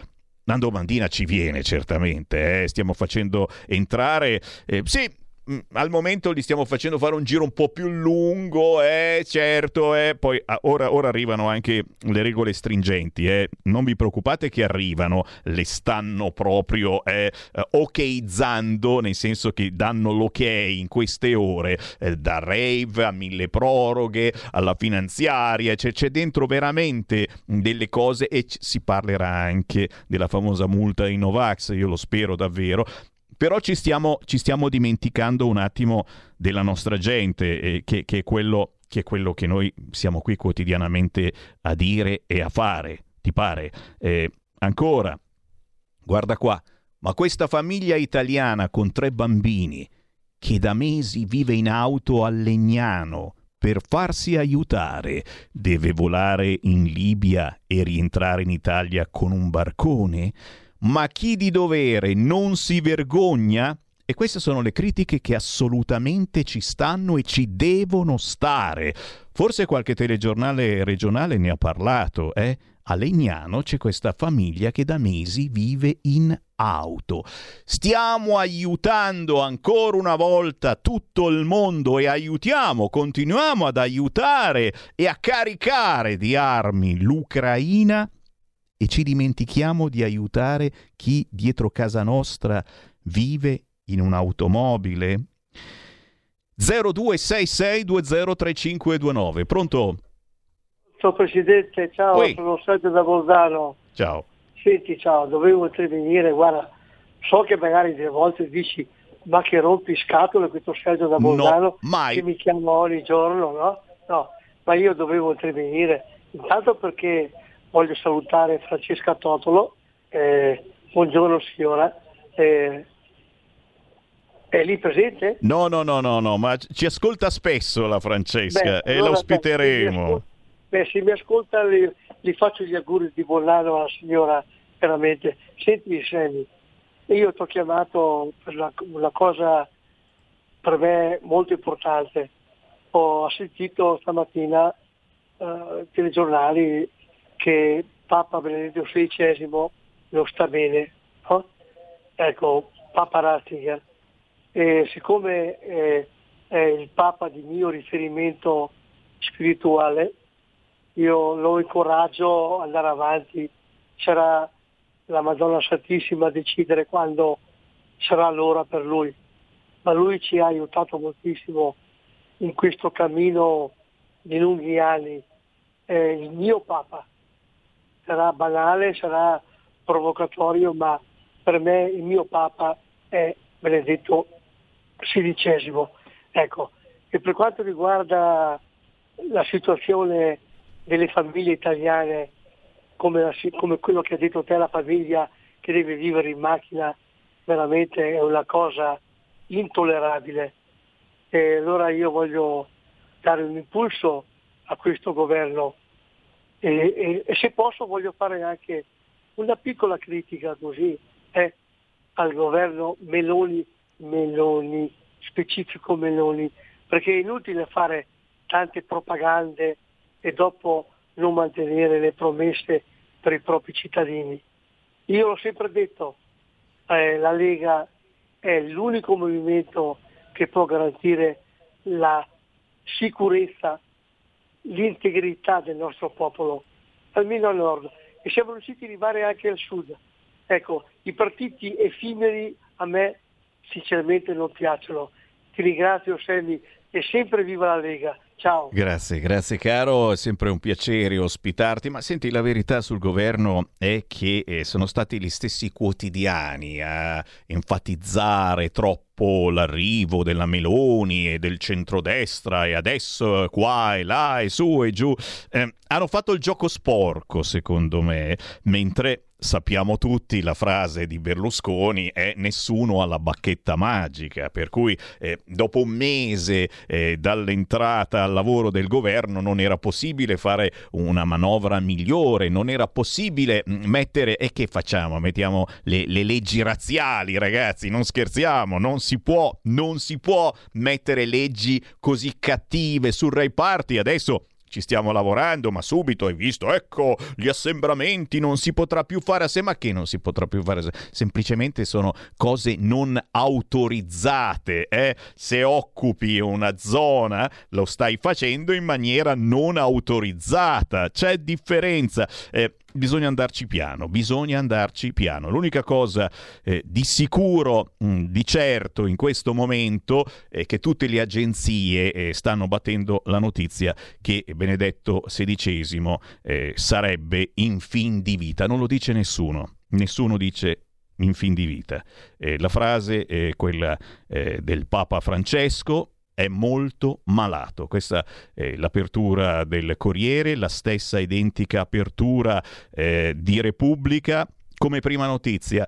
una domandina ci viene certamente, eh? Stiamo facendo entrare, eh, sì, mh, al momento li stiamo facendo fare un giro un po' più lungo, eh, certo, eh. Poi ah, ora, ora arrivano anche le regole stringenti, eh. Non vi preoccupate che arrivano, le stanno proprio eh, okizzando, nel senso che danno l'ok in queste ore, eh, da rave a mille proroghe alla finanziaria, cioè, c'è dentro veramente delle cose, e c- si parlerà anche della famosa multa ai Novax, io lo spero davvero. Però ci stiamo, ci stiamo dimenticando un attimo della nostra gente, eh, che, che, è quello, che è quello che noi siamo qui quotidianamente a dire e a fare. Ti pare? Eh, ancora, guarda qua, ma questa famiglia italiana con tre bambini che da mesi vive in auto a Legnano per farsi aiutare, deve volare in Libia e rientrare in Italia con un barcone? Ma chi di dovere non si vergogna? E queste sono le critiche che assolutamente ci stanno e ci devono stare. Forse qualche telegiornale regionale ne ha parlato, eh? A Legnano c'è questa famiglia che da mesi vive in auto. Stiamo aiutando ancora una volta tutto il mondo e aiutiamo, continuiamo ad aiutare e a caricare di armi l'Ucraina, e ci dimentichiamo di aiutare chi dietro casa nostra vive in un'automobile? zero due sei sei due zero tre cinque due nove. Pronto? Ciao Presidente, ciao, Oi. sono Sergio da Bolzano. Ciao. Senti, ciao, dovevo intervenire, guarda, so che magari delle volte dici ma che rompi scatole questo Sergio da Bolzano, No, mai. che mi chiama ogni giorno, no? No, ma io dovevo intervenire, intanto perché voglio salutare Francesca Totolo, eh, buongiorno signora, eh, è lì presente? No, no, no, no, no, ma ci ascolta spesso la Francesca. Beh, e allora, la ospiteremo. Beh, se mi ascolta gli, gli faccio gli auguri di buon anno alla signora, veramente. Senti Sammy, io ti ho chiamato per una, una cosa per me molto importante. Ho sentito stamattina eh, telegiornali che Papa Benedetto sedicesimo non sta bene, no? Ecco, Papa Ratzinger. E siccome eh, è il Papa di mio riferimento spirituale, io lo incoraggio ad andare avanti, sarà la Madonna Santissima a decidere quando sarà l'ora per lui, ma lui ci ha aiutato moltissimo in questo cammino di lunghi anni. È il mio Papa, sarà banale, sarà provocatorio, ma per me il mio Papa è Benedetto sedicesimo. Ecco, e per quanto riguarda la situazione delle famiglie italiane, come, la, come quello che ha detto te, la famiglia che deve vivere in macchina, veramente è una cosa intollerabile. E allora io voglio dare un impulso a questo governo e, e, e se posso voglio fare anche una piccola critica così eh, al governo Meloni, Meloni, specifico Meloni, perché è inutile fare tante propagande e dopo non mantenere le promesse per i propri cittadini. Io l'ho sempre detto, eh, la Lega è l'unico movimento che può garantire la sicurezza, l'integrità del nostro popolo, almeno al nord, e siamo riusciti ad arrivare anche al sud. Ecco, i partiti effimeri a me sinceramente non piacciono. Ti ringrazio Sammy e sempre viva la Lega. Ciao. Grazie, grazie caro, è sempre un piacere ospitarti, ma senti, la verità sul governo è che eh, sono stati gli stessi quotidiani a enfatizzare troppo l'arrivo della Meloni e del centrodestra e adesso qua e là e su e giù. Eh, hanno fatto il gioco sporco secondo me, mentre sappiamo tutti la frase di Berlusconi è nessuno ha la bacchetta magica, per cui eh, dopo un mese eh, dall'entrata al lavoro del governo non era possibile fare una manovra migliore, non era possibile mettere, e che facciamo? Mettiamo le, le leggi razziali, ragazzi, non scherziamo, non si può, non si può mettere leggi così cattive sul Rai Party. Adesso ci stiamo lavorando, ma subito hai visto, ecco, gli assembramenti non si potrà più fare assieme. Ma che non si potrà più fare? Semplicemente sono cose non autorizzate, eh? Se occupi una zona lo stai facendo in maniera non autorizzata, c'è differenza. Eh, Bisogna andarci piano, bisogna andarci piano. L'unica cosa eh, di sicuro, mh, di certo in questo momento è che tutte le agenzie eh, stanno battendo la notizia che Benedetto sedicesimo eh, sarebbe in fin di vita. Non lo dice nessuno, nessuno dice in fin di vita. Eh, la frase è quella eh, del Papa Francesco: è molto malato. Questa è l'apertura del Corriere, la stessa identica apertura eh, di Repubblica come prima notizia,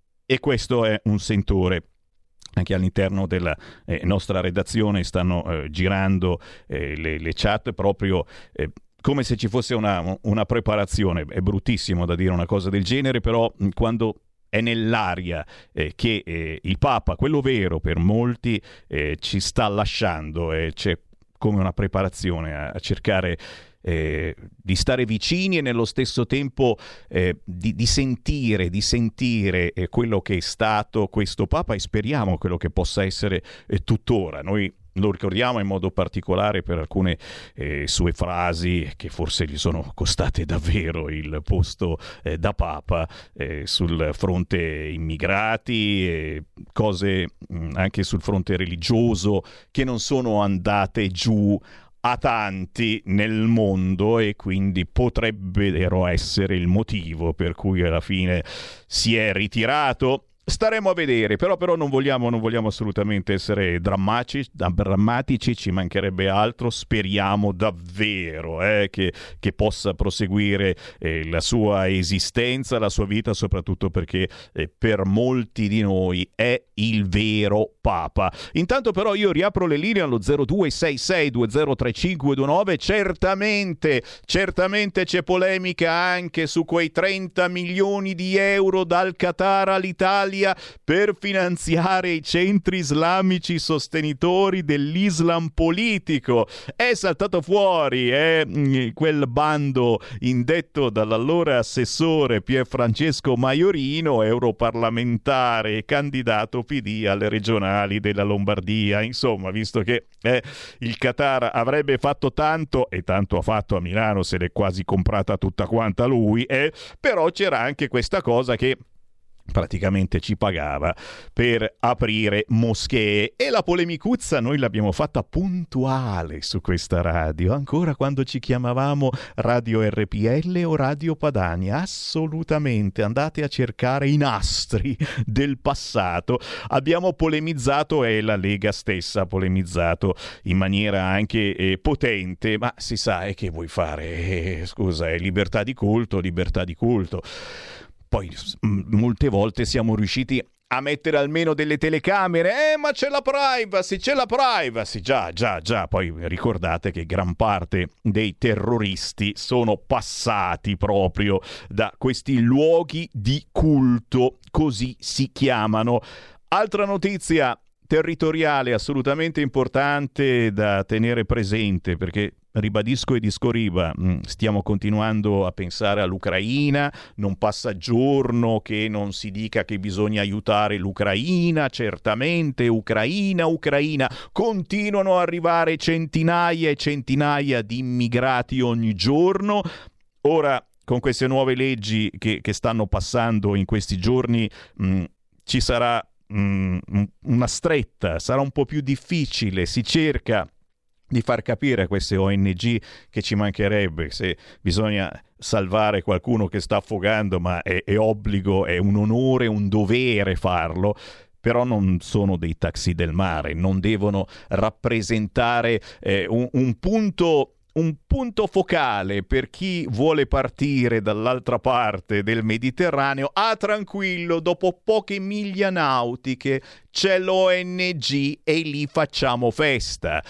e questo è un sentore. Anche all'interno della eh, nostra redazione stanno eh, girando eh, le, le chat proprio eh, come se ci fosse una, una preparazione. È bruttissimo da dire una cosa del genere, però quando è nell'aria eh, che eh, il Papa, quello vero per molti, eh, ci sta lasciando, e eh, c'è come una preparazione a, a cercare eh, di stare vicini e nello stesso tempo eh, di, di sentire, di sentire eh, quello che è stato questo Papa, e speriamo quello che possa essere eh, tuttora. Noi lo ricordiamo in modo particolare per alcune eh, sue frasi che forse gli sono costate davvero il posto eh, da Papa eh, sul fronte immigrati, eh, cose mh, anche sul fronte religioso che non sono andate giù a tanti nel mondo, e quindi potrebbero essere il motivo per cui alla fine si è ritirato. Staremo a vedere, però, però non vogliamo, non vogliamo assolutamente essere drammatici, drammatici, ci mancherebbe altro. Speriamo davvero eh, che, che possa proseguire eh, la sua esistenza, la sua vita, soprattutto perché eh, per molti di noi è il vero Papa. Intanto però io riapro le linee allo zero due sei sei due zero tre cinque due nove. Certamente, certamente c'è polemica anche su quei trenta milioni di euro dal Qatar all'Italia per finanziare i centri islamici sostenitori dell'Islam politico. È saltato fuori eh, quel bando indetto dall'allora assessore Pier Francesco Maiorino, europarlamentare e candidato P D alle regionali della Lombardia. Insomma, visto che eh, il Qatar avrebbe fatto tanto, e tanto ha fatto a Milano, se l'è quasi comprata tutta quanta lui, eh, però c'era anche questa cosa che praticamente ci pagava per aprire moschee, e la polemicuzza noi l'abbiamo fatta puntuale su questa radio, ancora quando ci chiamavamo Radio R P L o Radio Padania. Assolutamente, andate a cercare i nastri del passato. Abbiamo polemizzato, e la Lega stessa ha polemizzato in maniera anche eh, potente, ma si sa eh, che vuoi fare, eh, scusa, è libertà di culto, libertà di culto. Poi m- molte volte siamo riusciti a mettere almeno delle telecamere, eh ma c'è la privacy, c'è la privacy, già, già, già. Poi ricordate che gran parte dei terroristi sono passati proprio da questi luoghi di culto, così si chiamano. Altra notizia territoriale assolutamente importante da tenere presente, perché ribadisco e discoriba, stiamo continuando a pensare all'Ucraina, non passa giorno che non si dica che bisogna aiutare l'Ucraina, certamente Ucraina, Ucraina, continuano a arrivare centinaia e centinaia di immigrati ogni giorno. Ora, con queste nuove leggi che, che stanno passando in questi giorni, mh, ci sarà mh, una stretta, sarà un po' più difficile, si cerca di far capire a queste O N G che ci mancherebbe, se bisogna salvare qualcuno che sta affogando, ma è, è obbligo, è un onore, un dovere farlo. Però non sono dei taxi del mare, non devono rappresentare eh, un, un punto un punto focale per chi vuole partire dall'altra parte del Mediterraneo. Ah, tranquillo, dopo poche miglia nautiche c'è l'O N G e lì facciamo festa.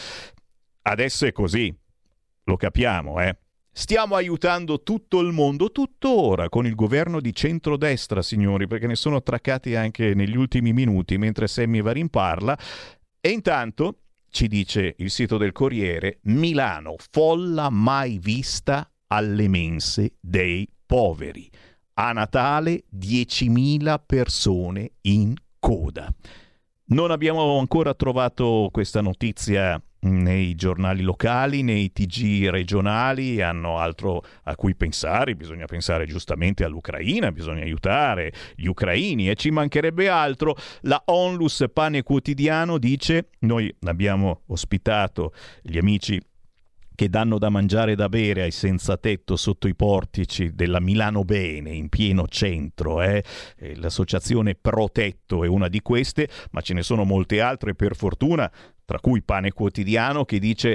Adesso è così, lo capiamo, eh? Stiamo aiutando tutto il mondo, tuttora, con il governo di centrodestra, signori, perché ne sono attraccati anche negli ultimi minuti, mentre Sammy Varin parla. E intanto ci dice il sito del Corriere, Milano, folla mai vista alle mense dei poveri. A Natale diecimila persone in coda. Non abbiamo ancora trovato questa notizia nei giornali locali, nei T G regionali, hanno altro a cui pensare, bisogna pensare giustamente all'Ucraina, bisogna aiutare gli ucraini e ci mancherebbe altro. La Onlus Pane Quotidiano dice, noi abbiamo ospitato gli amici che danno da mangiare e da bere ai senza tetto sotto i portici della Milano Bene, in pieno centro. Eh? L'associazione Protetto è una di queste, ma ce ne sono molte altre per fortuna, tra cui Pane Quotidiano che dice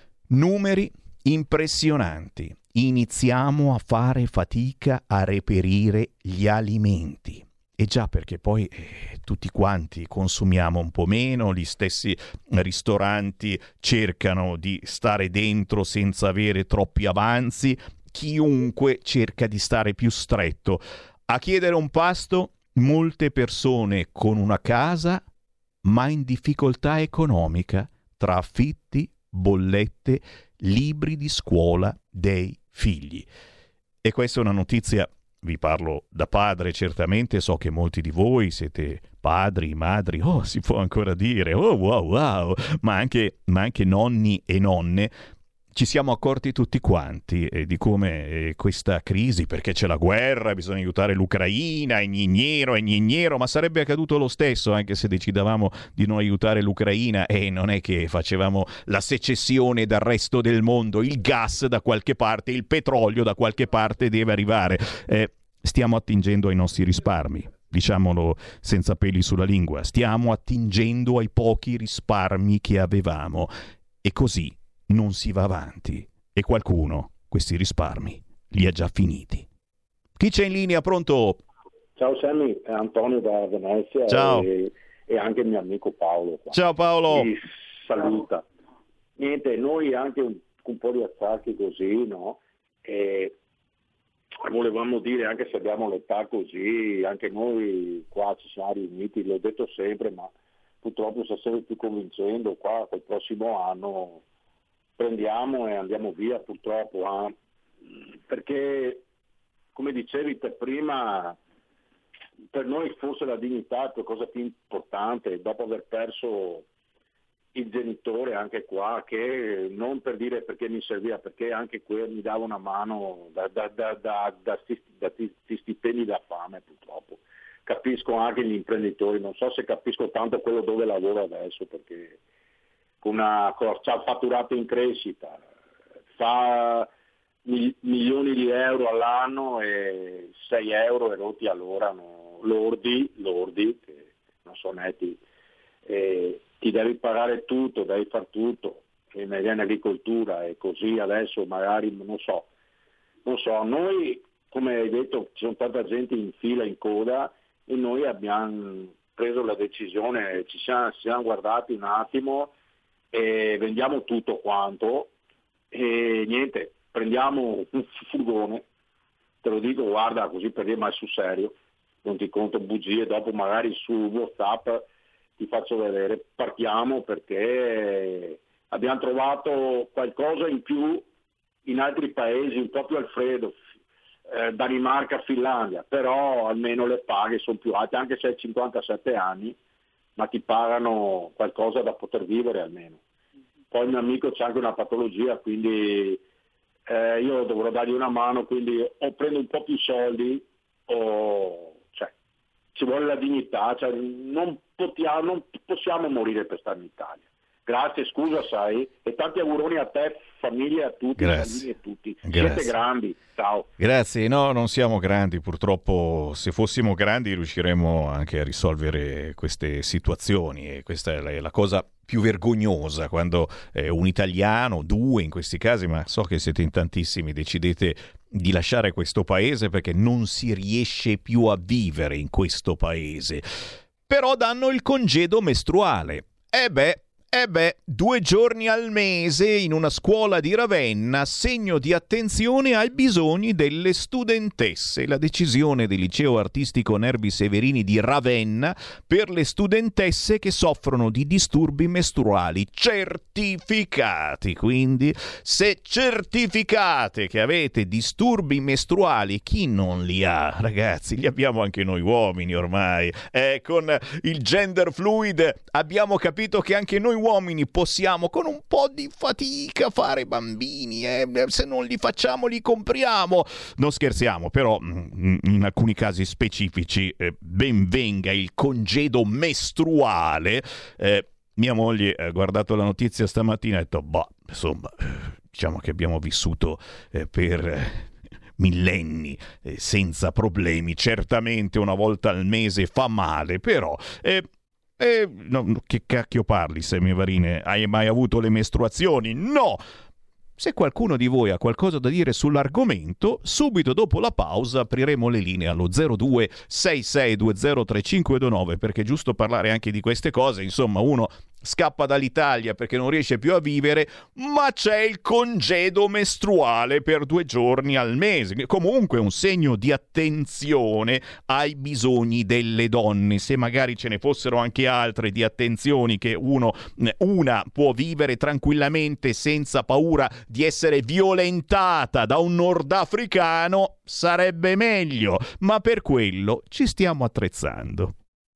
numeri impressionanti. Iniziamo a fare fatica a reperire gli alimenti. E già, perché poi eh, tutti quanti consumiamo un po' meno, gli stessi ristoranti cercano di stare dentro senza avere troppi avanzi, chiunque cerca di stare più stretto. A chiedere un pasto, molte persone con una casa, ma in difficoltà economica, tra affitti, bollette, libri di scuola dei figli. E questa è una notizia. Vi parlo da padre, certamente, so che molti di voi siete padri, madri, oh, si può ancora dire, oh, wow, wow, ma anche, ma anche nonni e nonne. Ci siamo accorti tutti quanti eh, di come eh, questa crisi, perché c'è la guerra, bisogna aiutare l'Ucraina, è gnignero, è gnignero, ma sarebbe accaduto lo stesso anche se decidavamo di non aiutare l'Ucraina e non è che facevamo la secessione dal resto del mondo, il gas da qualche parte, il petrolio da qualche parte deve arrivare. Eh, stiamo attingendo ai nostri risparmi, diciamolo senza peli sulla lingua, stiamo attingendo ai pochi risparmi che avevamo e così non si va avanti e qualcuno questi risparmi li ha già finiti. Chi c'è in linea? Pronto? Ciao Sammy, è Antonio da Venezia. Ciao. E, e anche il mio amico Paolo qua. Ciao Paolo. Ti saluta. Niente, noi anche un, un po' di attacchi così, no? E volevamo dire, anche se abbiamo l'età così, anche noi qua ci siamo riuniti, l'ho detto sempre, ma purtroppo sta sempre più convincendo, qua col prossimo anno prendiamo e andiamo via purtroppo, eh? Perché come dicevi te prima, per noi forse la dignità è la cosa più importante, dopo aver perso il genitore anche qua, che non per dire perché mi serviva, perché anche quello mi dava una mano da, da, da, da, da, sti, da sti stipendi da fame purtroppo. Capisco anche gli imprenditori, non so se capisco tanto quello dove lavoro adesso, perché una c'ha fatturato in crescita, fa mil, milioni di euro all'anno e sei euro erotti all'ora, no, lordi, lordi, che non sono netti, e ti devi pagare tutto, devi far tutto, e in agricoltura e così adesso magari non so, non so, noi come hai detto ci sono tanta gente in fila, in coda e noi abbiamo preso la decisione, ci siamo, ci siamo guardati un attimo e vendiamo tutto quanto e niente, prendiamo un furgone, te lo dico, guarda, così per dire, ma sul serio, non ti conto bugie, dopo magari su WhatsApp ti faccio vedere, partiamo perché abbiamo trovato qualcosa in più in altri paesi, un po' più al freddo, eh, Danimarca, Finlandia, però almeno le paghe sono più alte, anche se hai cinquantasette anni, ma ti pagano qualcosa da poter vivere almeno. Poi il mio amico c'ha anche una patologia, quindi eh, io dovrò dargli una mano, quindi o prendo un po' più soldi o cioè, ci vuole la dignità, cioè, non, potiamo, non possiamo morire per stare in Italia. Grazie, scusa sai, e tanti auguroni a te, famiglia, a tutti, bambini e tutti. Grazie. Siete grandi, ciao. Grazie, no, non siamo grandi, purtroppo se fossimo grandi riusciremmo anche a risolvere queste situazioni e questa è la, è la cosa più vergognosa quando eh, un italiano, due in questi casi, ma so che siete in tantissimi, decidete di lasciare questo paese perché non si riesce più a vivere in questo paese. Però danno il congedo mestruale. E beh, Eh beh, due giorni al mese in una scuola di Ravenna, segno di attenzione ai bisogni delle studentesse. La decisione del liceo artistico Nervi Severini di Ravenna per le studentesse che soffrono di disturbi mestruali certificati. Quindi, se certificate che avete disturbi mestruali, chi non li ha? Ragazzi, li abbiamo anche noi uomini ormai. Eh, con il gender fluid abbiamo capito che anche noi uomini possiamo con un po' di fatica fare bambini, eh? Se non li facciamo li compriamo. Non scherziamo, però in alcuni casi specifici eh, ben venga il congedo mestruale. Eh, mia moglie ha guardato la notizia stamattina e ha detto, boh, insomma, diciamo che abbiamo vissuto eh, per millenni eh, senza problemi. Certamente una volta al mese fa male, però eh, Eh, no, che cacchio parli, Semivarine? Hai mai avuto le mestruazioni? No! Se qualcuno di voi ha qualcosa da dire sull'argomento, subito dopo la pausa apriremo le linee allo zero due sei sei due zero tre cinque due nove, perché è giusto parlare anche di queste cose. Insomma, uno scappa dall'Italia perché non riesce più a vivere, ma c'è il congedo mestruale per due giorni al mese. Comunque un segno di attenzione ai bisogni delle donne. Se magari ce ne fossero anche altre di attenzioni che uno, una può vivere tranquillamente senza paura di essere violentata da un nordafricano, sarebbe meglio, ma per quello ci stiamo attrezzando.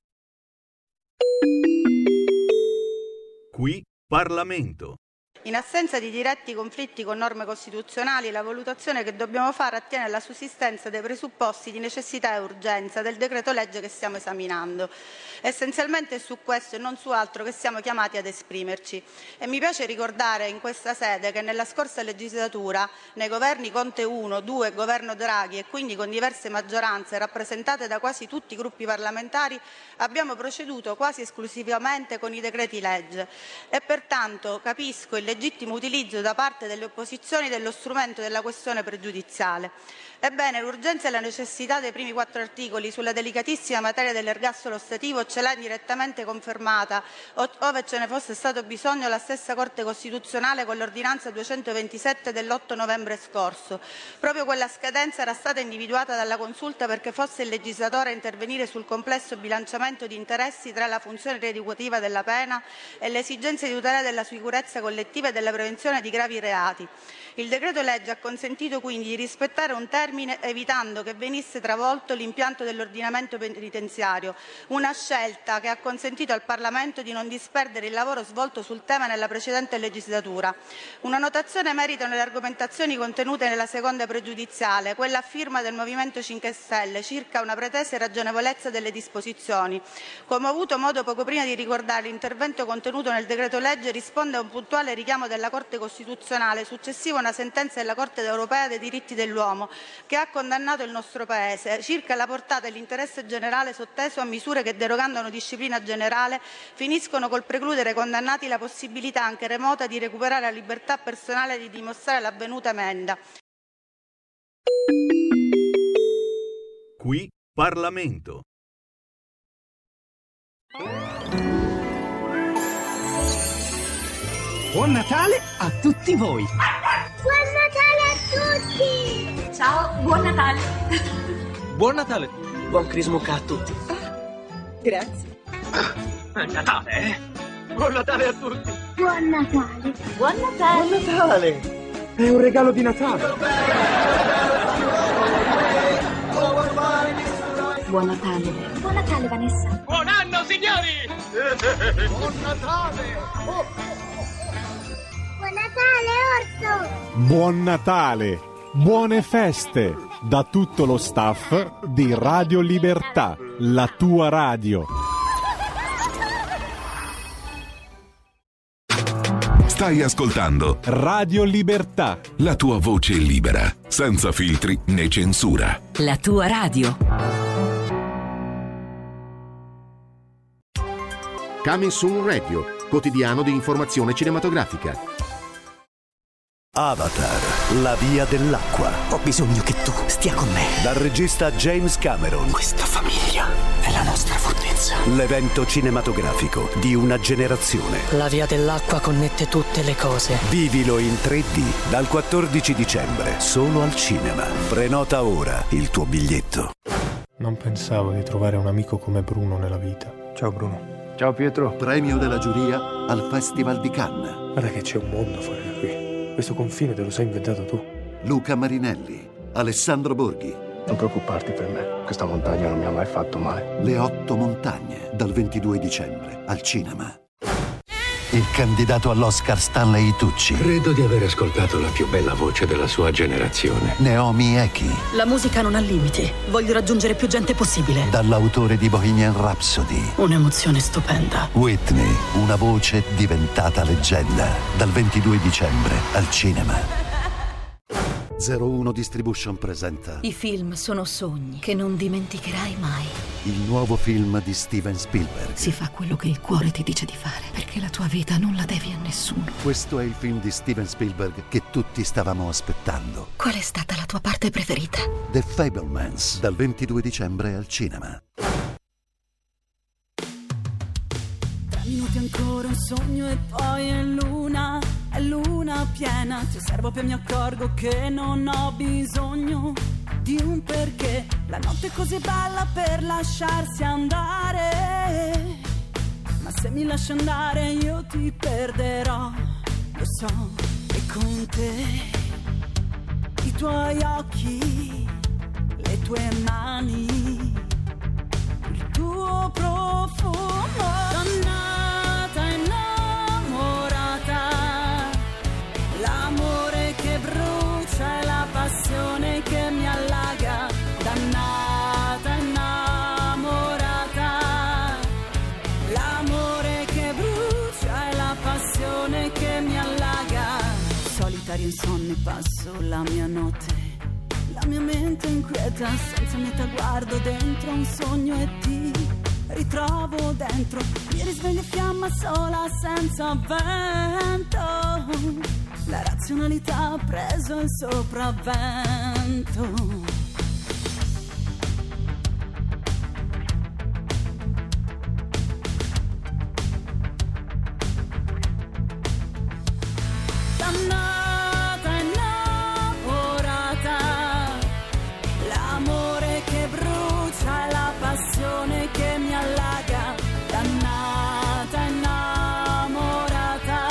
Qui Parlamento. In assenza di diretti conflitti con norme costituzionali, la valutazione che dobbiamo fare attiene alla sussistenza dei presupposti di necessità e urgenza del decreto legge che stiamo esaminando. Essenzialmente è su questo e non su altro che siamo chiamati ad esprimerci. E mi piace ricordare in questa sede che nella scorsa legislatura, nei governi Conte uno, due e governo Draghi, e quindi con diverse maggioranze rappresentate da quasi tutti i gruppi parlamentari, abbiamo proceduto quasi esclusivamente con i decreti legge. E pertanto capisco il legittimo utilizzo da parte delle opposizioni dello strumento della questione pregiudiziale. Ebbene, l'urgenza e la necessità dei primi quattro articoli sulla delicatissima materia dell'ergastolo ostativo ce l'ha direttamente confermata, ove ce ne fosse stato bisogno, la stessa Corte Costituzionale con l'ordinanza duecentoventisette dell'otto novembre scorso. Proprio quella scadenza era stata individuata dalla Consulta perché fosse il legislatore a intervenire sul complesso bilanciamento di interessi tra la funzione rieducativa della pena e le esigenze di tutela della sicurezza collettiva e della prevenzione di gravi reati. Il decreto legge ha consentito quindi di rispettare un termine evitando che venisse travolto l'impianto dell'ordinamento penitenziario, una scelta che ha consentito al Parlamento di non disperdere il lavoro svolto sul tema nella precedente legislatura. Una notazione meritano le argomentazioni contenute nella seconda pregiudiziale, quella a firma del Movimento cinque Stelle, circa una pretesa ragionevolezza delle disposizioni. Come ho avuto modo poco prima di ricordare, l'intervento contenuto nel decreto legge risponde a un puntuale richiamo della Corte Costituzionale successivo a una sentenza della Corte europea dei diritti dell'uomo che ha condannato il nostro Paese circa la portata e l'interesse generale sotteso a misure che, derogando a una disciplina generale, finiscono col precludere ai condannati la possibilità anche remota di recuperare la libertà personale e di dimostrare l'avvenuta emenda. Qui Parlamento. Buon Natale a tutti voi! Buon Natale a tutti! Ciao, buon Natale! Buon Natale! Buon Crismucca a tutti! Grazie! È Natale, eh? Buon Natale a tutti! Buon Natale! Buon Natale! Buon Natale! È un regalo di Natale! Buon Natale! Buon Natale, Vanessa! Buon anno, signori! Buon Natale! Oh. Buon Natale, Orso! Buon Natale! Buone feste! Da tutto lo staff di Radio Libertà, la tua radio. Stai ascoltando Radio Libertà, la tua voce libera, senza filtri né censura. La tua radio. Coming Soon Radio, quotidiano di informazione cinematografica. Avatar, la via dell'acqua. Ho bisogno che tu stia con me. Dal regista James Cameron. Questa famiglia è la nostra fortezza. l'evento cinematografico di una generazione. La Via dell'Acqua connette tutte le cose. Vivilo in tre D dal quattordici dicembre, solo al cinema. Prenota ora il tuo biglietto. Non pensavo di trovare un amico come Bruno nella vita. Ciao Bruno. Ciao Pietro. Premio della giuria al Festival di Cannes. Guarda che c'è un mondo fuori da qui. Questo confine te lo sei inventato tu. Luca Marinelli, Alessandro Borghi. Non preoccuparti per me, questa montagna non mi ha mai fatto male. Le otto montagne, dal ventidue dicembre, al cinema. Il candidato all'Oscar Stanley Tucci. Credo di aver ascoltato la più bella voce della sua generazione. Naomi Eki. La musica non ha limiti. Voglio raggiungere più gente possibile. Dall'autore di Bohemian Rhapsody. Un'emozione stupenda. Whitney, una voce diventata leggenda. Dal ventidue dicembre al cinema. zero uno Distribution presenta I film sono sogni che non dimenticherai mai. il nuovo film di Steven Spielberg. Si fa quello che il cuore ti dice di fare, perché la tua vita non la devi a nessuno. Questo è il film di Steven Spielberg che tutti stavamo aspettando. Qual è stata la tua parte preferita? The Fabelmans, dal ventidue dicembre al cinema. Tre minuti ancora un sogno e poi è luna, è luna piena. Ti osservo e mi accorgo che non ho bisogno di un perché. La notte è così bella per lasciarsi andare, ma se mi lasci andare io ti perderò, lo so. E con te i tuoi occhi, le tue mani, il tuo profumo. Dannata innamorata, l'amore che brucia e la passione che mi allaga. Dannata innamorata, l'amore che brucia e la passione che mi allaga. Solitario insonne passo la mia notte, la mia mente inquieta, senza meta guardo dentro un sogno e ti ritrovo dentro. Mi risveglio fiamma sola senza vento, la razionalità ha preso il sopravvento. Dannata innamorata, l'amore che brucia e la passione che mi allaga. Dannata innamorata,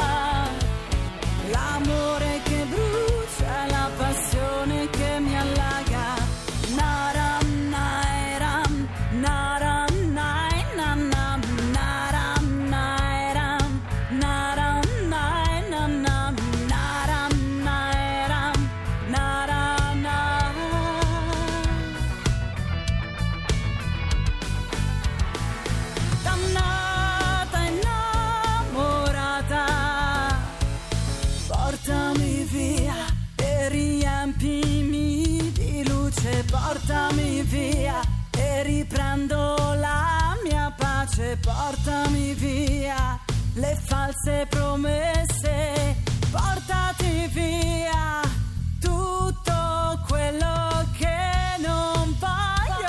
l'amore che brucia e la passione che mi allaga. Naram nairam, naram nai nanam, naram nairam, naram nai nanam, naram nairam, naram nai. Dannata innamorata, portami via e riempimi di luce. Portami via e riprendo la mia pace. Portami via le false promesse. Portati via tutto quello che non voglio.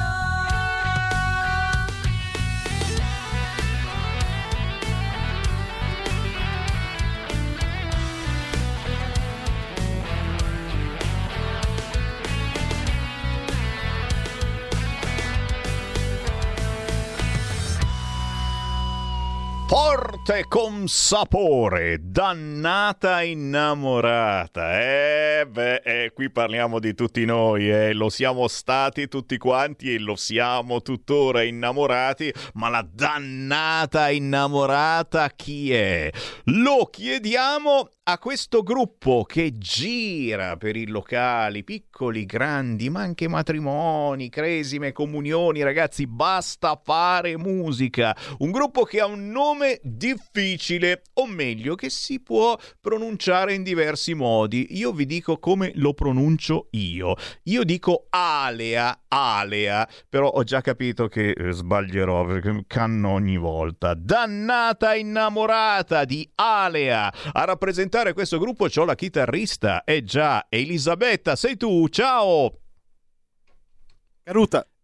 Forte con sapore, dannata innamorata. Eh beh, eh, qui parliamo di tutti noi, eh. Lo siamo stati tutti quanti e lo siamo tuttora innamorati, ma la dannata innamorata chi è? Lo chiediamo a questo gruppo che gira per i locali, piccoli, grandi, ma anche matrimoni, cresime, comunioni, ragazzi, basta fare musica. Un gruppo che ha un nome difficile, o meglio, che si può pronunciare in diversi modi. Io vi dico come lo pronuncio io. Io dico Alea, Alea, però ho già capito che eh, sbaglierò, perché canno ogni volta. Dannata innamorata di Alea. A rappresentare questo gruppo c'ho la chitarrista, è già Elisabetta, sei tu, ciao! Caruta.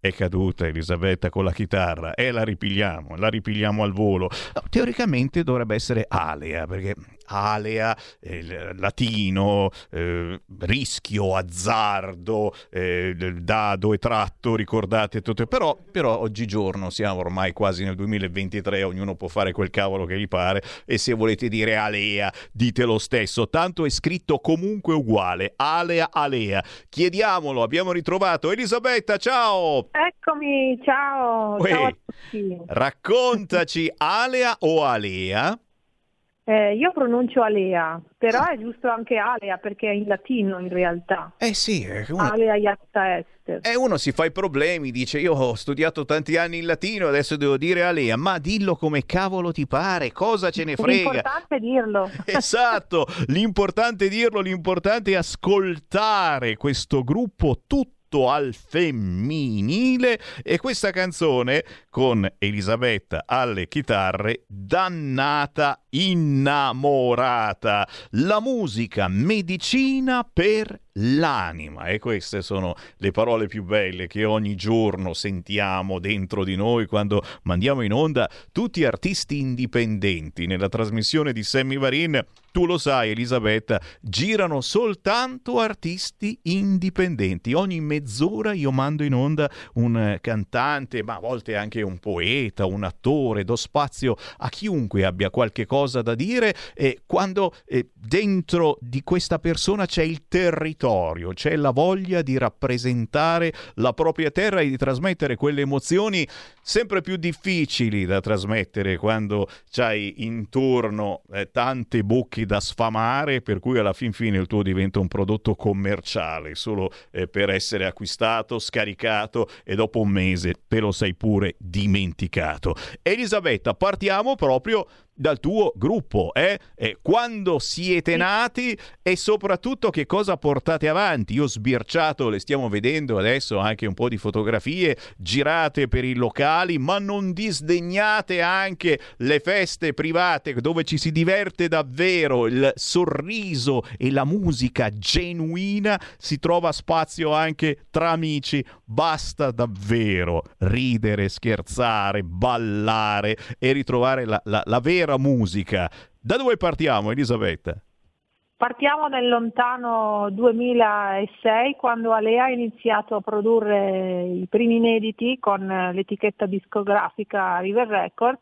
è caduta Elisabetta con la chitarra e la ripigliamo, la ripigliamo al volo. No, teoricamente dovrebbe essere Alea, perché Alea, eh, latino, eh, rischio, azzardo, eh, dado e tratto, ricordate tutto. Però, però oggigiorno siamo ormai quasi nel duemilaventitré, ognuno può fare quel cavolo che gli pare, e se volete dire Alea dite lo stesso, tanto è scritto comunque uguale, Alea, Alea. Chiediamolo, abbiamo ritrovato Elisabetta, ciao! Eccomi, ciao, Uè, ciao a tutti. Raccontaci, Alea o Alea? Eh, io pronuncio Alea, però è giusto anche Alea perché è in latino in realtà. Eh sì, è uno... Alea iacta est. E uno si fa i problemi, dice io ho studiato tanti anni in latino, adesso devo dire Alea, ma dillo come cavolo ti pare, cosa ce ne frega? L'importante è dirlo. Esatto, l'importante è dirlo, l'importante è ascoltare questo gruppo tutto al femminile, e questa canzone con Elisabetta alle chitarre, Dannata innamorata, la musica medicina per l'anima. E queste sono le parole più belle che ogni giorno sentiamo dentro di noi quando mandiamo in onda tutti artisti indipendenti. Nella trasmissione di Sammy Varin, tu lo sai Elisabetta, girano soltanto artisti indipendenti. Ogni mezz'ora io mando in onda un cantante, ma a volte anche un poeta, un attore, do spazio a chiunque abbia qualche cosa da dire, e quando eh, dentro di questa persona c'è il territorio, c'è la voglia di rappresentare la propria terra e di trasmettere quelle emozioni sempre più difficili da trasmettere quando c'hai intorno eh, tante bocche da sfamare, per cui alla fin fine il tuo diventa un prodotto commerciale solo eh, per essere acquistato, scaricato, e dopo un mese te lo sei pure dimenticato. Elisabetta, partiamo proprio dal tuo gruppo, eh? E quando siete nati e soprattutto che cosa portate avanti. Io ho sbirciato, le stiamo vedendo adesso anche un po' di fotografie, girate per i locali, ma non disdegnate anche le feste private dove ci si diverte davvero, il sorriso e la musica genuina, si trova spazio anche tra amici. Basta davvero ridere, scherzare, ballare e ritrovare la, la, la vera musica. Da dove partiamo, Elisabetta? Partiamo nel lontano duemilasei, quando Alea ha iniziato a produrre i primi inediti con l'etichetta discografica River Records,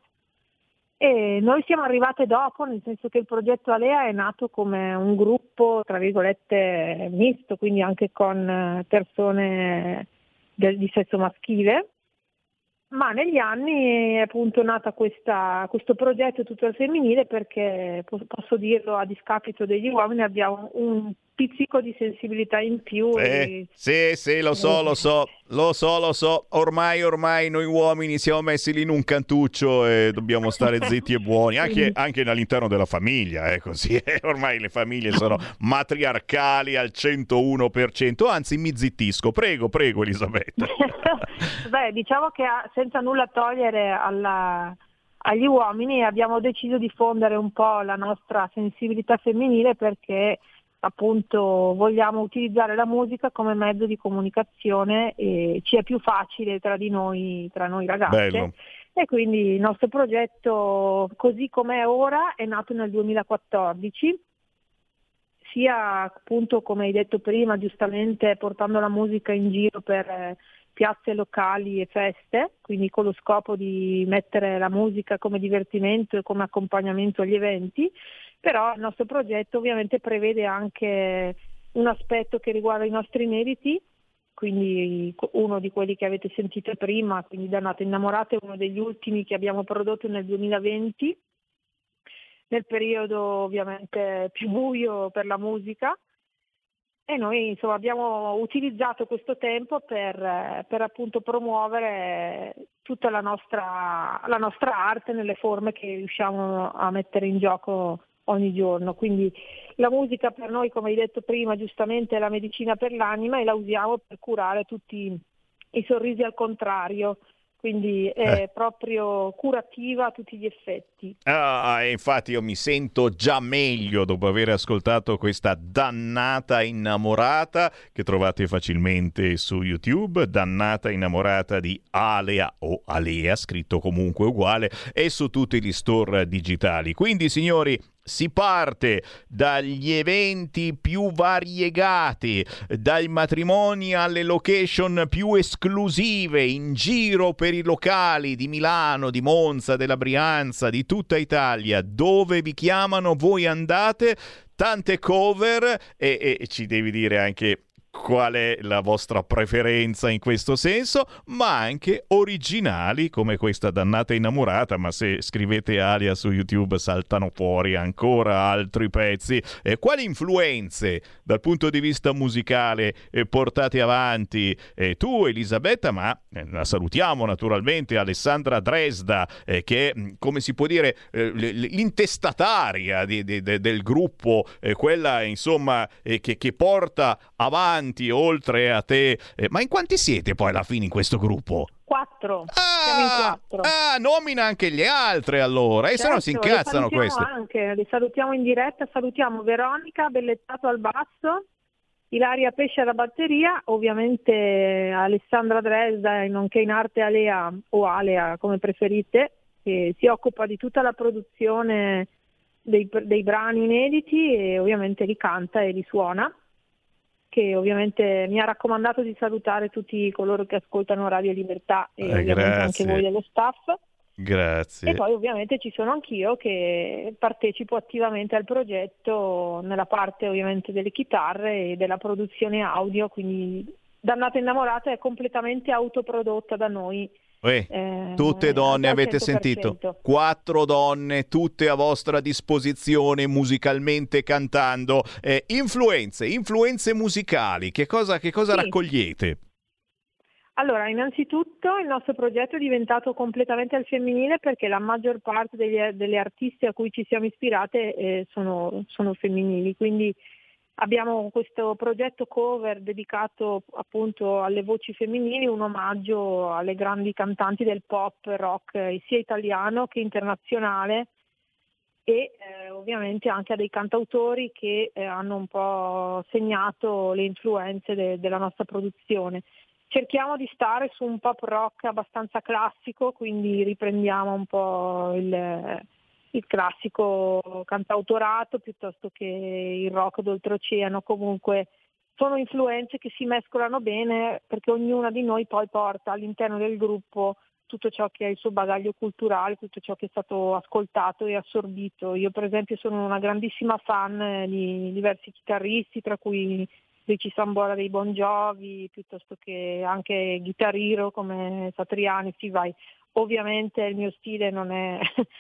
e noi siamo arrivate dopo, nel senso che il progetto Alea è nato come un gruppo tra virgolette misto, quindi anche con persone del, di sesso maschile. Ma negli anni è appunto nata questa, questo progetto tutto al femminile perché, posso dirlo a discapito degli uomini, abbiamo un pizzico di sensibilità in più. Eh, e... Sì, sì, lo so, lo so, lo so, lo so. Ormai, ormai noi uomini siamo messi lì in un cantuccio e dobbiamo stare zitti e buoni, anche, anche all'interno della famiglia, è così. Ormai le famiglie sono matriarcali al centouno per cento, anzi mi zittisco. Prego, prego Elisabetta. Beh, diciamo che senza nulla togliere alla, agli uomini abbiamo deciso di fondere un po' la nostra sensibilità femminile perché appunto vogliamo utilizzare la musica come mezzo di comunicazione e ci è più facile tra di noi, tra noi ragazze. Bello. E quindi il nostro progetto, così com'è ora, è nato nel duemilaquattordici, sia appunto, come hai detto prima, giustamente portando la musica in giro per eh, piazze locali e feste, quindi con lo scopo di mettere la musica come divertimento e come accompagnamento agli eventi. Però il nostro progetto ovviamente prevede anche un aspetto che riguarda i nostri inediti, quindi uno di quelli che avete sentito prima, quindi Dannata innamorata, è uno degli ultimi che abbiamo prodotto nel duemilaventi, nel periodo ovviamente più buio per la musica, e noi insomma abbiamo utilizzato questo tempo per, per appunto promuovere tutta la nostra, la nostra arte nelle forme che riusciamo a mettere in gioco ogni giorno. Quindi la musica per noi, come hai detto prima, giustamente è la medicina per l'anima e la usiamo per curare tutti i sorrisi al contrario, quindi è Eh. proprio curativa a tutti gli effetti. Ah, infatti io mi sento già meglio dopo aver ascoltato questa Dannata innamorata che trovate facilmente su YouTube, Dannata innamorata di Alea o Alea, scritto comunque uguale, e su tutti gli store digitali. Quindi signori, si parte dagli eventi più variegati, dai matrimoni alle location più esclusive in giro per i locali di Milano, di Monza, della Brianza, di tutta Italia. Dove vi chiamano voi andate, tante cover e, e ci devi dire anche qual è la vostra preferenza in questo senso, ma anche originali come questa Dannata innamorata, ma se scrivete Alia su YouTube saltano fuori ancora altri pezzi. E quali influenze dal punto di vista musicale eh, portate avanti eh, tu Elisabetta, ma eh, la salutiamo naturalmente Alessandra Dresda eh, che è, come si può dire, eh, l'intestataria di, di, de, del gruppo, eh, quella insomma eh, che, che porta avanti oltre a te, eh, ma in quanti siete poi alla fine in questo gruppo? Quattro. Siamo in quattro. Ah, nomina anche gli altri allora, e Certo, se no si incazzano le queste. Anche, li salutiamo in diretta, salutiamo Veronica Bellettato al basso, Ilaria Pesce alla batteria, ovviamente Alessandra Dresda, nonché in arte Alea o Alea come preferite, che si occupa di tutta la produzione dei, dei brani inediti e ovviamente li canta e li suona, che ovviamente mi ha raccomandato di salutare tutti coloro che ascoltano Radio Libertà e Eh, ovviamente grazie. anche voi dello staff. Grazie. E poi ovviamente ci sono anch'io che partecipo attivamente al progetto nella parte ovviamente delle chitarre e della produzione audio, quindi Dannata innamorata è completamente autoprodotta da noi. Uè, eh, tutte donne, al avete cento per sentito? cento. Quattro donne, tutte a vostra disposizione musicalmente cantando. Eh, influenze, influenze musicali, che cosa, che cosa Sì. raccogliete? Allora, innanzitutto il nostro progetto è diventato completamente al femminile perché la maggior parte degli, delle artiste a cui ci siamo ispirate eh, sono, sono femminili, quindi abbiamo questo progetto cover dedicato appunto alle voci femminili, un omaggio alle grandi cantanti del pop rock eh, sia italiano che internazionale e eh, ovviamente anche a dei cantautori che eh, hanno un po' segnato le influenze de- della nostra produzione. Cerchiamo di stare su un pop rock abbastanza classico, quindi riprendiamo un po' il, il classico cantautorato piuttosto che il rock d'oltreoceano. Comunque sono influenze che si mescolano bene perché ognuna di noi poi porta all'interno del gruppo tutto ciò che è il suo bagaglio culturale, tutto ciò che è stato ascoltato e assorbito. Io per esempio sono una grandissima fan di diversi chitarristi, tra cui Richie Sambora dei Bon Jovi, piuttosto che anche Guitar Hero come Satriani, sì vai. Ovviamente il mio stile non è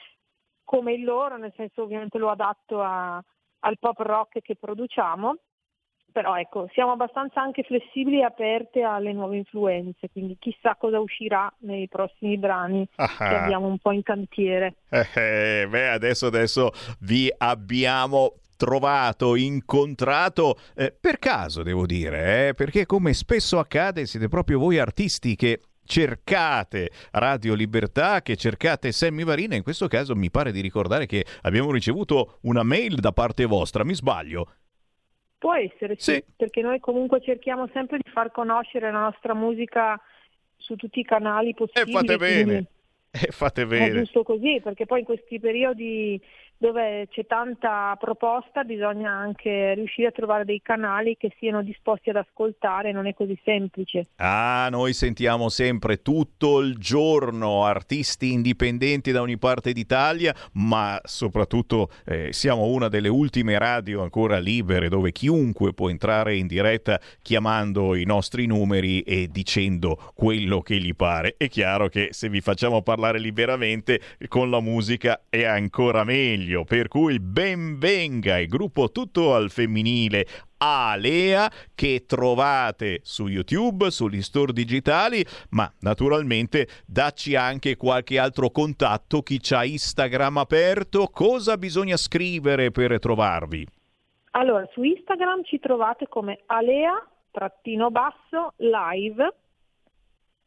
come il loro, nel senso ovviamente lo adatto a, al pop rock che produciamo, però ecco, siamo abbastanza anche flessibili e aperte alle nuove influenze, quindi chissà cosa uscirà nei prossimi brani Ah. che abbiamo un po' in cantiere. Eh, eh, beh, adesso, adesso vi abbiamo trovato, incontrato eh, per caso, devo dire, eh, perché come spesso accade siete proprio voi artisti che cercate Radio Libertà, che cercate Sammy Varin. In questo caso mi pare di ricordare che abbiamo ricevuto una mail da parte vostra, mi sbaglio? Può essere, sì, Sì. perché noi comunque cerchiamo sempre di far conoscere la nostra musica su tutti i canali E possibili. fate bene, quindi e fate è bene. giusto così, perché poi in questi periodi dove c'è tanta proposta bisogna anche riuscire a trovare dei canali che siano disposti ad ascoltare, non è così semplice. Ah, noi sentiamo sempre tutto il giorno artisti indipendenti da ogni parte d'Italia, ma soprattutto eh, siamo una delle ultime radio ancora libere dove chiunque può entrare in diretta chiamando i nostri numeri e dicendo quello che gli pare. È chiaro che se vi facciamo parlare liberamente con la musica è ancora meglio, per cui ben venga il gruppo tutto al femminile Alea, che trovate su YouTube, sugli store digitali, ma naturalmente dacci anche qualche altro contatto. Chi c'ha Instagram aperto, cosa bisogna scrivere per trovarvi? Allora, su Instagram ci trovate come Alea trattino basso live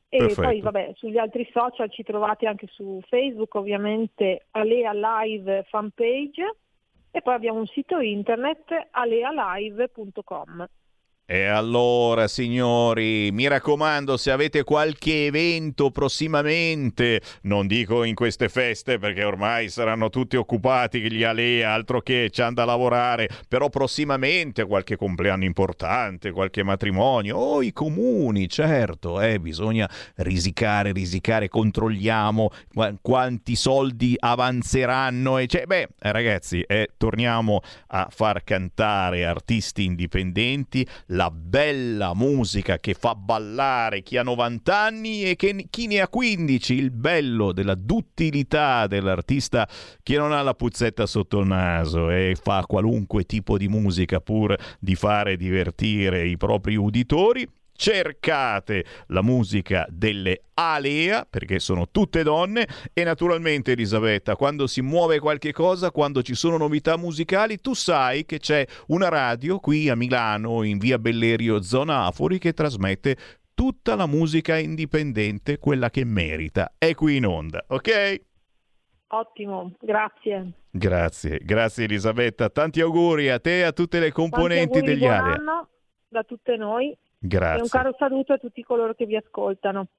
E Perfetto. poi vabbè, sugli altri social ci trovate anche su Facebook, ovviamente Alea Live fanpage, e poi abbiamo un sito internet alealive punto com. E allora, signori, mi raccomando, se avete qualche evento prossimamente, non dico in queste feste perché ormai saranno tutti occupati gli Alea, altro che c'hanno da lavorare, però prossimamente qualche compleanno importante, qualche matrimonio, o oh, i comuni, certo, eh, bisogna risicare, risicare, controlliamo quanti soldi avanzeranno, e cioè, beh, ragazzi, eh, torniamo a far cantare artisti indipendenti, la bella musica che fa ballare chi ha novanta anni e che chi ne ha quindici, il bello della duttilità dell'artista che non ha la puzzetta sotto il naso e fa qualunque tipo di musica pur di fare divertire i propri uditori. Cercate la musica delle Alea, perché sono tutte donne, e naturalmente, Elisabetta, quando si muove qualche cosa, quando ci sono novità musicali, tu sai che c'è una radio qui a Milano, in via Bellerio, zona Afori, che trasmette tutta la musica indipendente, quella che merita. È qui in onda, ok? Ottimo, grazie. Grazie, grazie Elisabetta. Tanti auguri a te e a tutte le componenti Tanti auguri, degli buon Alea. anno da tutte noi. Grazie. E un caro saluto a tutti coloro che vi ascoltano.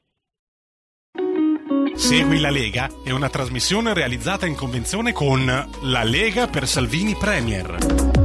Segui la Lega è una trasmissione realizzata in convenzione con La Lega per Salvini Premier.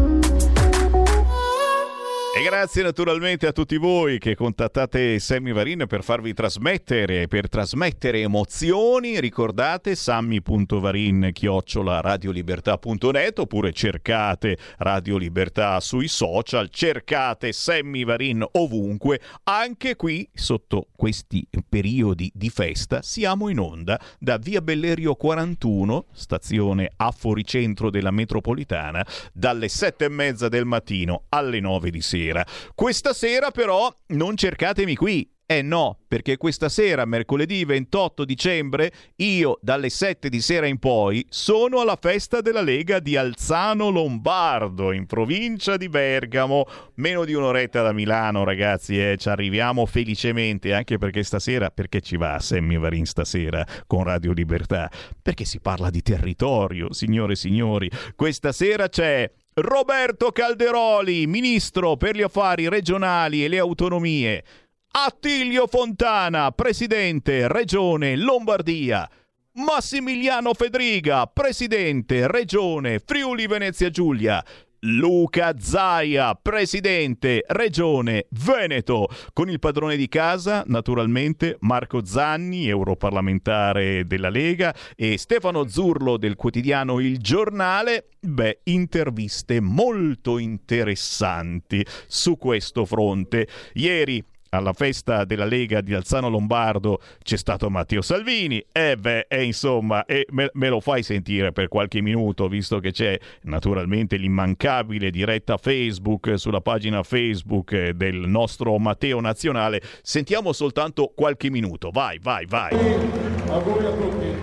E grazie naturalmente a tutti voi che contattate Sammy Varin per farvi trasmettere, per trasmettere emozioni. Ricordate sammy punto varin chiocciola radiolibertà punto net, oppure cercate Radio Libertà sui social, cercate Sammy Varin ovunque. Anche qui, sotto questi periodi di festa, siamo in onda da via Bellerio quarantuno, stazione Afori Centro della metropolitana, dalle sette e mezza del mattino alle nove di sera. Questa sera però non cercatemi qui, eh no, perché questa sera, mercoledì ventotto dicembre, io dalle sette di sera in poi sono alla festa della Lega di Alzano Lombardo, in provincia di Bergamo, meno di un'oretta da Milano, ragazzi, eh, ci arriviamo felicemente, anche perché stasera, perché ci va Sammy Varin stasera con Radio Libertà? Perché si parla di territorio, signore e signori. Questa sera c'è Roberto Calderoli, ministro per gli affari regionali e le autonomie. Attilio Fontana, presidente Regione Lombardia. Massimiliano Fedriga, presidente Regione Friuli Venezia Giulia. Luca Zaia, presidente Regione Veneto, con il padrone di casa naturalmente Marco Zanni, europarlamentare della Lega, e Stefano Zurlo del quotidiano Il Giornale. Beh, interviste molto interessanti su questo fronte. Ieri alla festa della Lega di Alzano Lombardo c'è stato Matteo Salvini, e beh, e insomma, e me, me lo fai sentire per qualche minuto, visto che c'è naturalmente l'immancabile diretta Facebook sulla pagina Facebook del nostro Matteo Nazionale. Sentiamo soltanto qualche minuto, vai, vai, vai. Auguri a tutti.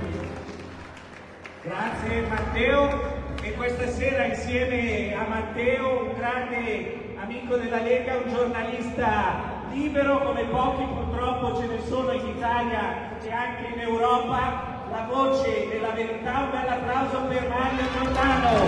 Grazie Matteo, e questa sera insieme a Matteo, un grande amico della Lega, un giornalista libero come pochi purtroppo ce ne sono in Italia e anche in Europa, la voce della verità. Un bel applauso per Mario Giordano.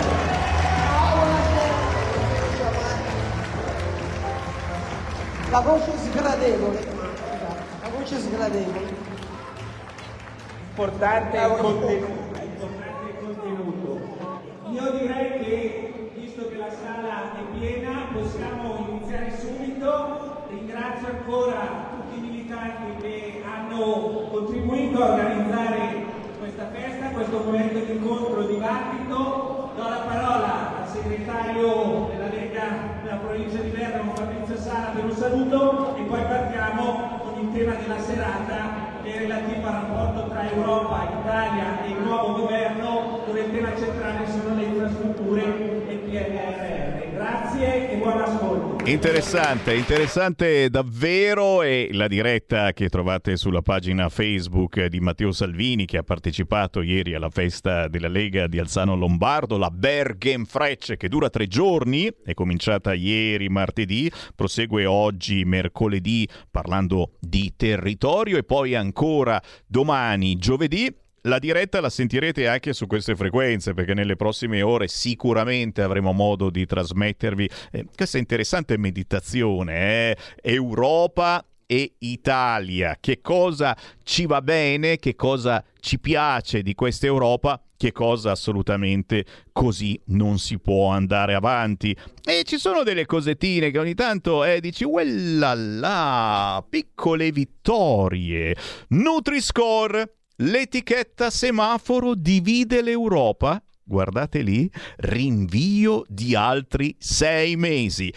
La voce sgradevole, la voce sgradevole. Importante il contenuto, importante il contenuto. Io direi che, visto che la sala è piena, possiamo iniziare subito. Ringrazio ancora tutti i militanti che hanno contribuito a organizzare questa festa, questo momento di incontro, dibattito. Do la parola al segretario della Lega della provincia di Bergamo, Fabrizio Sala, per un saluto, e poi partiamo con il tema della serata, che è relativo al rapporto tra Europa, Italia e il nuovo governo, dove il tema centrale sono le infrastrutture e il P N R R. Grazie e buon ascolto. Interessante, interessante davvero, e la diretta che trovate sulla pagina Facebook di Matteo Salvini, che ha partecipato ieri alla festa della Lega di Alzano Lombardo, la Bergenfrecce, che dura tre giorni, è cominciata ieri martedì, prosegue oggi mercoledì parlando di territorio e poi ancora domani giovedì. La diretta la sentirete anche su queste frequenze, perché nelle prossime ore sicuramente avremo modo di trasmettervi eh, questa interessante meditazione, eh? Europa e Italia. Che cosa ci va bene, che cosa ci piace di questa Europa, che cosa assolutamente così non si può andare avanti. E ci sono delle cosettine che ogni tanto eh, dici uellala, piccole vittorie. Nutri-Score, l'etichetta semaforo divide l'Europa. Guardate lì, rinvio di altri sei mesi.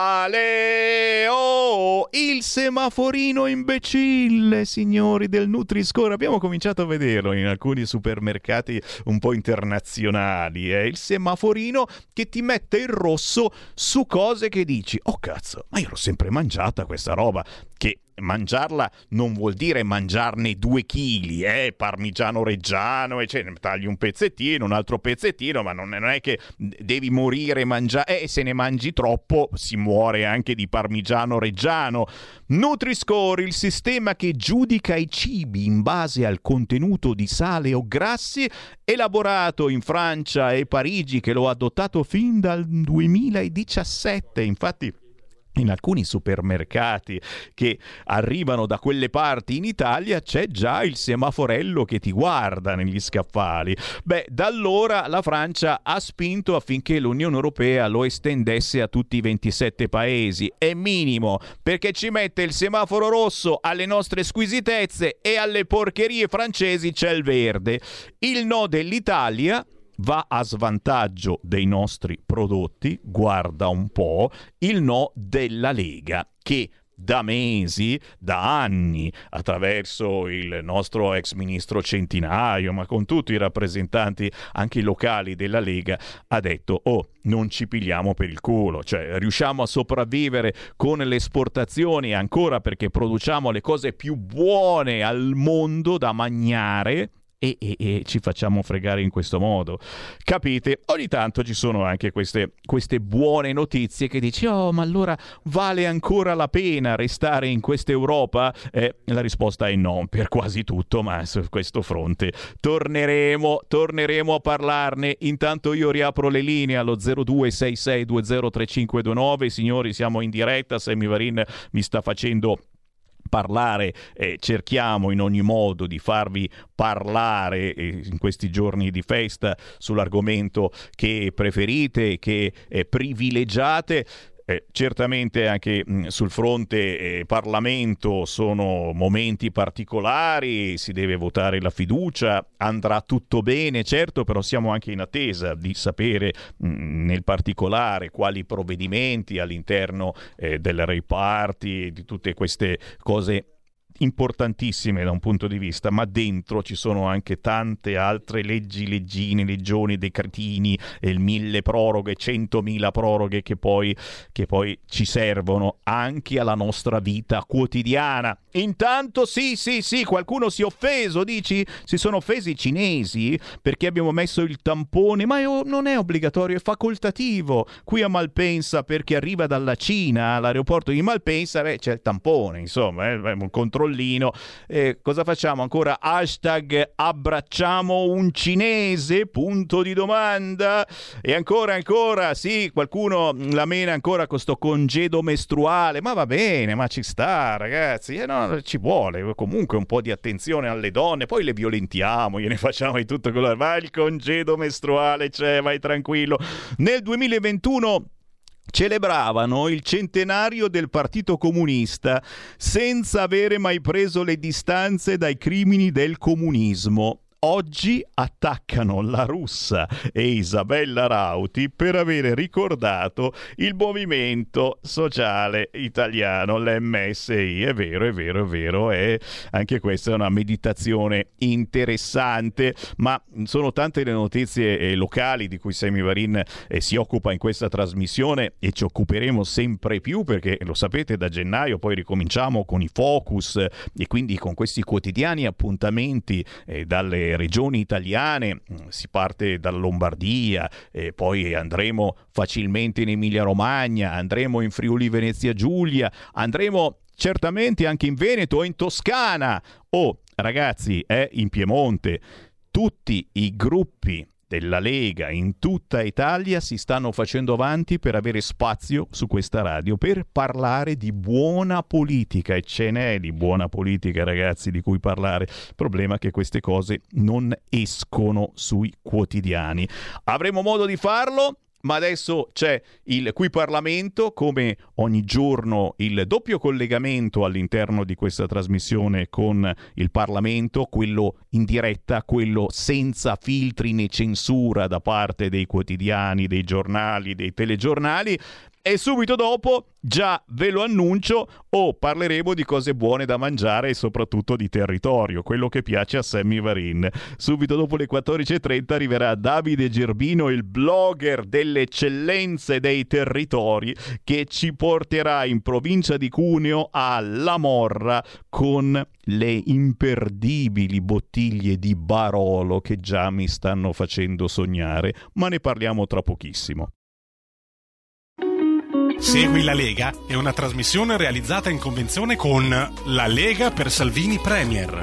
Ale, oh, il semaforino imbecille, signori del Nutri-Score. Abbiamo cominciato a vederlo in alcuni supermercati un po' internazionali. È eh? il semaforino che ti mette il rosso su cose che dici: oh cazzo, ma io l'ho sempre mangiata questa roba. Che mangiarla non vuol dire mangiarne due chili, eh, parmigiano reggiano, e cioè, tagli un pezzettino, un altro pezzettino, ma non è che devi morire mangiare, e eh, se ne mangi troppo si muore anche di parmigiano reggiano. Nutri-Score, il sistema che giudica i cibi in base al contenuto di sale o grassi, elaborato in Francia e Parigi, che lo ha adottato fin dal duemiladiciassette. Infatti in alcuni supermercati che arrivano da quelle parti in Italia c'è già il semaforello che ti guarda negli scaffali. Beh, da allora la Francia ha spinto affinché l'Unione Europea lo estendesse a tutti i ventisette paesi. È minimo, perché ci mette il semaforo rosso alle nostre squisitezze e alle porcherie francesi c'è il verde. Il no dell'Italia va a svantaggio dei nostri prodotti, guarda un po', il no della Lega, che da mesi, da anni, attraverso il nostro ex ministro Centinaio, ma con tutti i rappresentanti anche locali della Lega, ha detto: oh, non ci pigliamo per il culo, cioè riusciamo a sopravvivere con le esportazioni ancora perché produciamo le cose più buone al mondo da mangiare, E, e, e ci facciamo fregare in questo modo. Capite? Ogni tanto ci sono anche queste, queste buone notizie che dici: oh, ma allora vale ancora la pena restare in questa Europa? Eh, la risposta è no, per quasi tutto, ma su questo fronte torneremo, torneremo a parlarne. Intanto io riapro le linee allo zero due sei sei due zero tre cinque due nove. Signori, siamo in diretta, Sammy Varin mi sta facendo parlare, eh, cerchiamo in ogni modo di farvi parlare eh, in questi giorni di festa sull'argomento che preferite, che eh, privilegiate. Eh, certamente anche mh, sul fronte eh, Parlamento sono momenti particolari, si deve votare la fiducia, andrà tutto bene, certo, però siamo anche in attesa di sapere mh, nel particolare quali provvedimenti all'interno eh, del Rei Party, di tutte queste cose importantissime da un punto di vista, ma dentro ci sono anche tante altre leggi, leggine, leggioni, decretini, e il mille proroghe, centomila proroghe che poi, che poi ci servono anche alla nostra vita quotidiana. Intanto sì, sì, sì, qualcuno si è offeso, dici? Si sono offesi i cinesi perché abbiamo messo il tampone, ma è, non è obbligatorio, è facoltativo. Qui a Malpensa, perché arriva dalla Cina all'aeroporto di Malpensa, beh, c'è il tampone, insomma, eh, un controllino. Eh, cosa facciamo ancora? Hashtag abbracciamo un cinese? Punto di domanda. E ancora, ancora, sì, qualcuno la mena ancora con sto congedo mestruale, ma va bene, ma ci sta, ragazzi, eh, no, ci vuole comunque un po' di attenzione alle donne, poi le violentiamo, gliene facciamo di tutto quello, ma il congedo mestruale c'è, vai tranquillo. Nel duemilaventuno celebravano il centenario del Partito Comunista senza avere mai preso le distanze dai crimini del comunismo. oggi attaccano la russa e Isabella Rauti per avere ricordato il movimento sociale italiano, l'M S I. È vero, è vero, è vero, è anche questa è una meditazione interessante, ma sono tante le notizie eh, locali di cui Sammy Varin eh, si occupa in questa trasmissione e ci occuperemo sempre più, perché lo sapete, da gennaio poi ricominciamo con i focus eh, e quindi con questi quotidiani appuntamenti eh, dalle regioni italiane. Si parte dalla Lombardia, e poi andremo facilmente in Emilia Romagna, andremo in Friuli Venezia Giulia, andremo certamente anche in Veneto e in Toscana. Oh, ragazzi, è in Piemonte. Tutti i gruppi della Lega in tutta Italia si stanno facendo avanti per avere spazio su questa radio, per parlare di buona politica, e ce n'è di buona politica, ragazzi, di cui parlare. Il problema è che queste cose non escono sui quotidiani. Avremo modo di farlo, ma adesso c'è il Qui Parlamento, come ogni giorno il doppio collegamento all'interno di questa trasmissione con il Parlamento, quello in diretta, quello senza filtri né censura da parte dei quotidiani, dei giornali, dei telegiornali. E subito dopo, già ve lo annuncio, oh, parleremo di cose buone da mangiare e soprattutto di territorio, quello che piace a Sammy Varin. Subito dopo le quattordici e trenta arriverà Davide Gerbino, il blogger delle eccellenze dei territori, che ci porterà in provincia di Cuneo a La Morra con le imperdibili bottiglie di Barolo che già mi stanno facendo sognare, ma ne parliamo tra pochissimo. Segui la Lega è una trasmissione realizzata in convenzione con La Lega per Salvini Premier.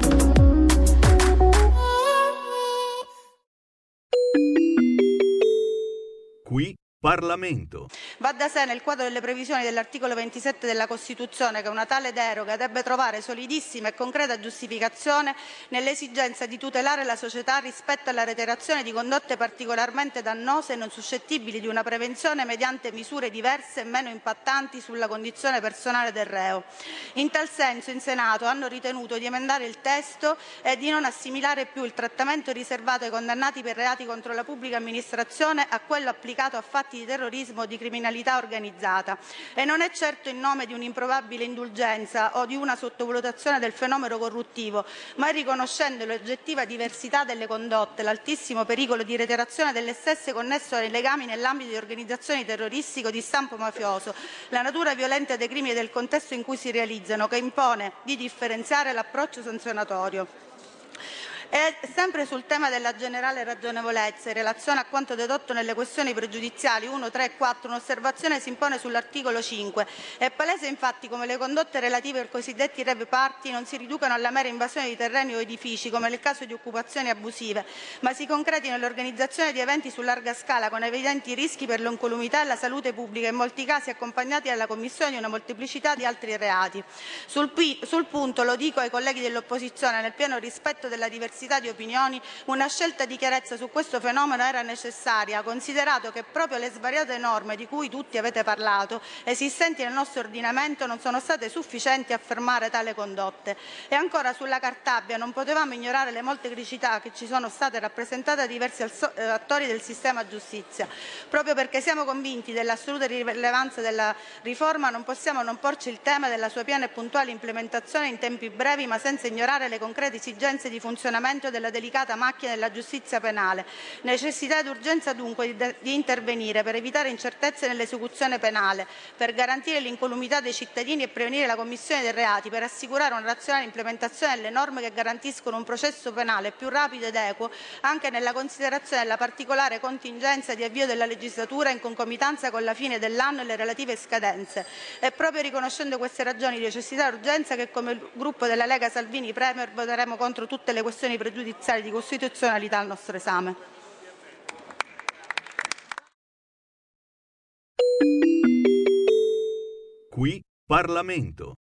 Qui Parlamento. Va da sé, nel quadro delle previsioni dell'articolo ventisette della Costituzione, che una tale deroga debba trovare solidissima e concreta giustificazione nell'esigenza di tutelare la società rispetto alla reiterazione di condotte particolarmente dannose e non suscettibili di una prevenzione mediante misure diverse e meno impattanti sulla condizione personale del reo. In tal senso, in Senato hanno ritenuto di emendare il testo e di non assimilare più il trattamento riservato ai condannati per reati contro la pubblica amministrazione a quello applicato a fatti di terrorismo o di criminalità organizzata, e non è certo in nome di un'improbabile indulgenza o di una sottovalutazione del fenomeno corruttivo, ma riconoscendo l'oggettiva diversità delle condotte, l'altissimo pericolo di reiterazione delle stesse connesso ai legami nell'ambito di organizzazioni terroristiche di stampo mafioso, la natura violenta dei crimini e del contesto in cui si realizzano, che impone di differenziare l'approccio sanzionatorio. E sempre sul tema della generale ragionevolezza, in relazione a quanto dedotto nelle questioni pregiudiziali uno, tre e quattro, un'osservazione si impone sull'articolo cinque. È palese infatti come le condotte relative ai cosiddetti rave party non si riducano alla mera invasione di terreni o edifici, come nel caso di occupazioni abusive, ma si concretino nell'organizzazione di eventi su larga scala con evidenti rischi per l'incolumità e la salute pubblica, in molti casi accompagnati dalla commissione di una molteplicità di altri reati. Sul, sul punto, lo dico ai colleghi dell'opposizione, nel pieno rispetto della diversità di opinioni, una scelta di chiarezza su questo fenomeno era necessaria, considerato che proprio le svariate norme di cui tutti avete parlato, esistenti nel nostro ordinamento, non sono state sufficienti a fermare tale condotte. E ancora sulla Cartabia non potevamo ignorare le molte criticità che ci sono state rappresentate da diversi attori del sistema giustizia. Proprio perché siamo convinti dell'assoluta rilevanza della riforma, non possiamo non porci il tema della sua piena e puntuale implementazione in tempi brevi, ma senza ignorare le concrete esigenze di funzionamento della delicata macchina della giustizia penale. Necessità ed urgenza dunque di, di intervenire per evitare incertezze nell'esecuzione penale, per garantire l'incolumità dei cittadini e prevenire la commissione dei reati, per assicurare una razionale implementazione delle norme che garantiscono un processo penale più rapido ed equo, anche nella considerazione della particolare contingenza di avvio della legislatura in concomitanza con la fine dell'anno e le relative scadenze. È proprio riconoscendo queste ragioni di necessità e urgenza che come gruppo della Lega Salvini Premier voteremo contro tutte le questioni pregiudiziali di costituzionalità al nostro esame. Qui Parlamento.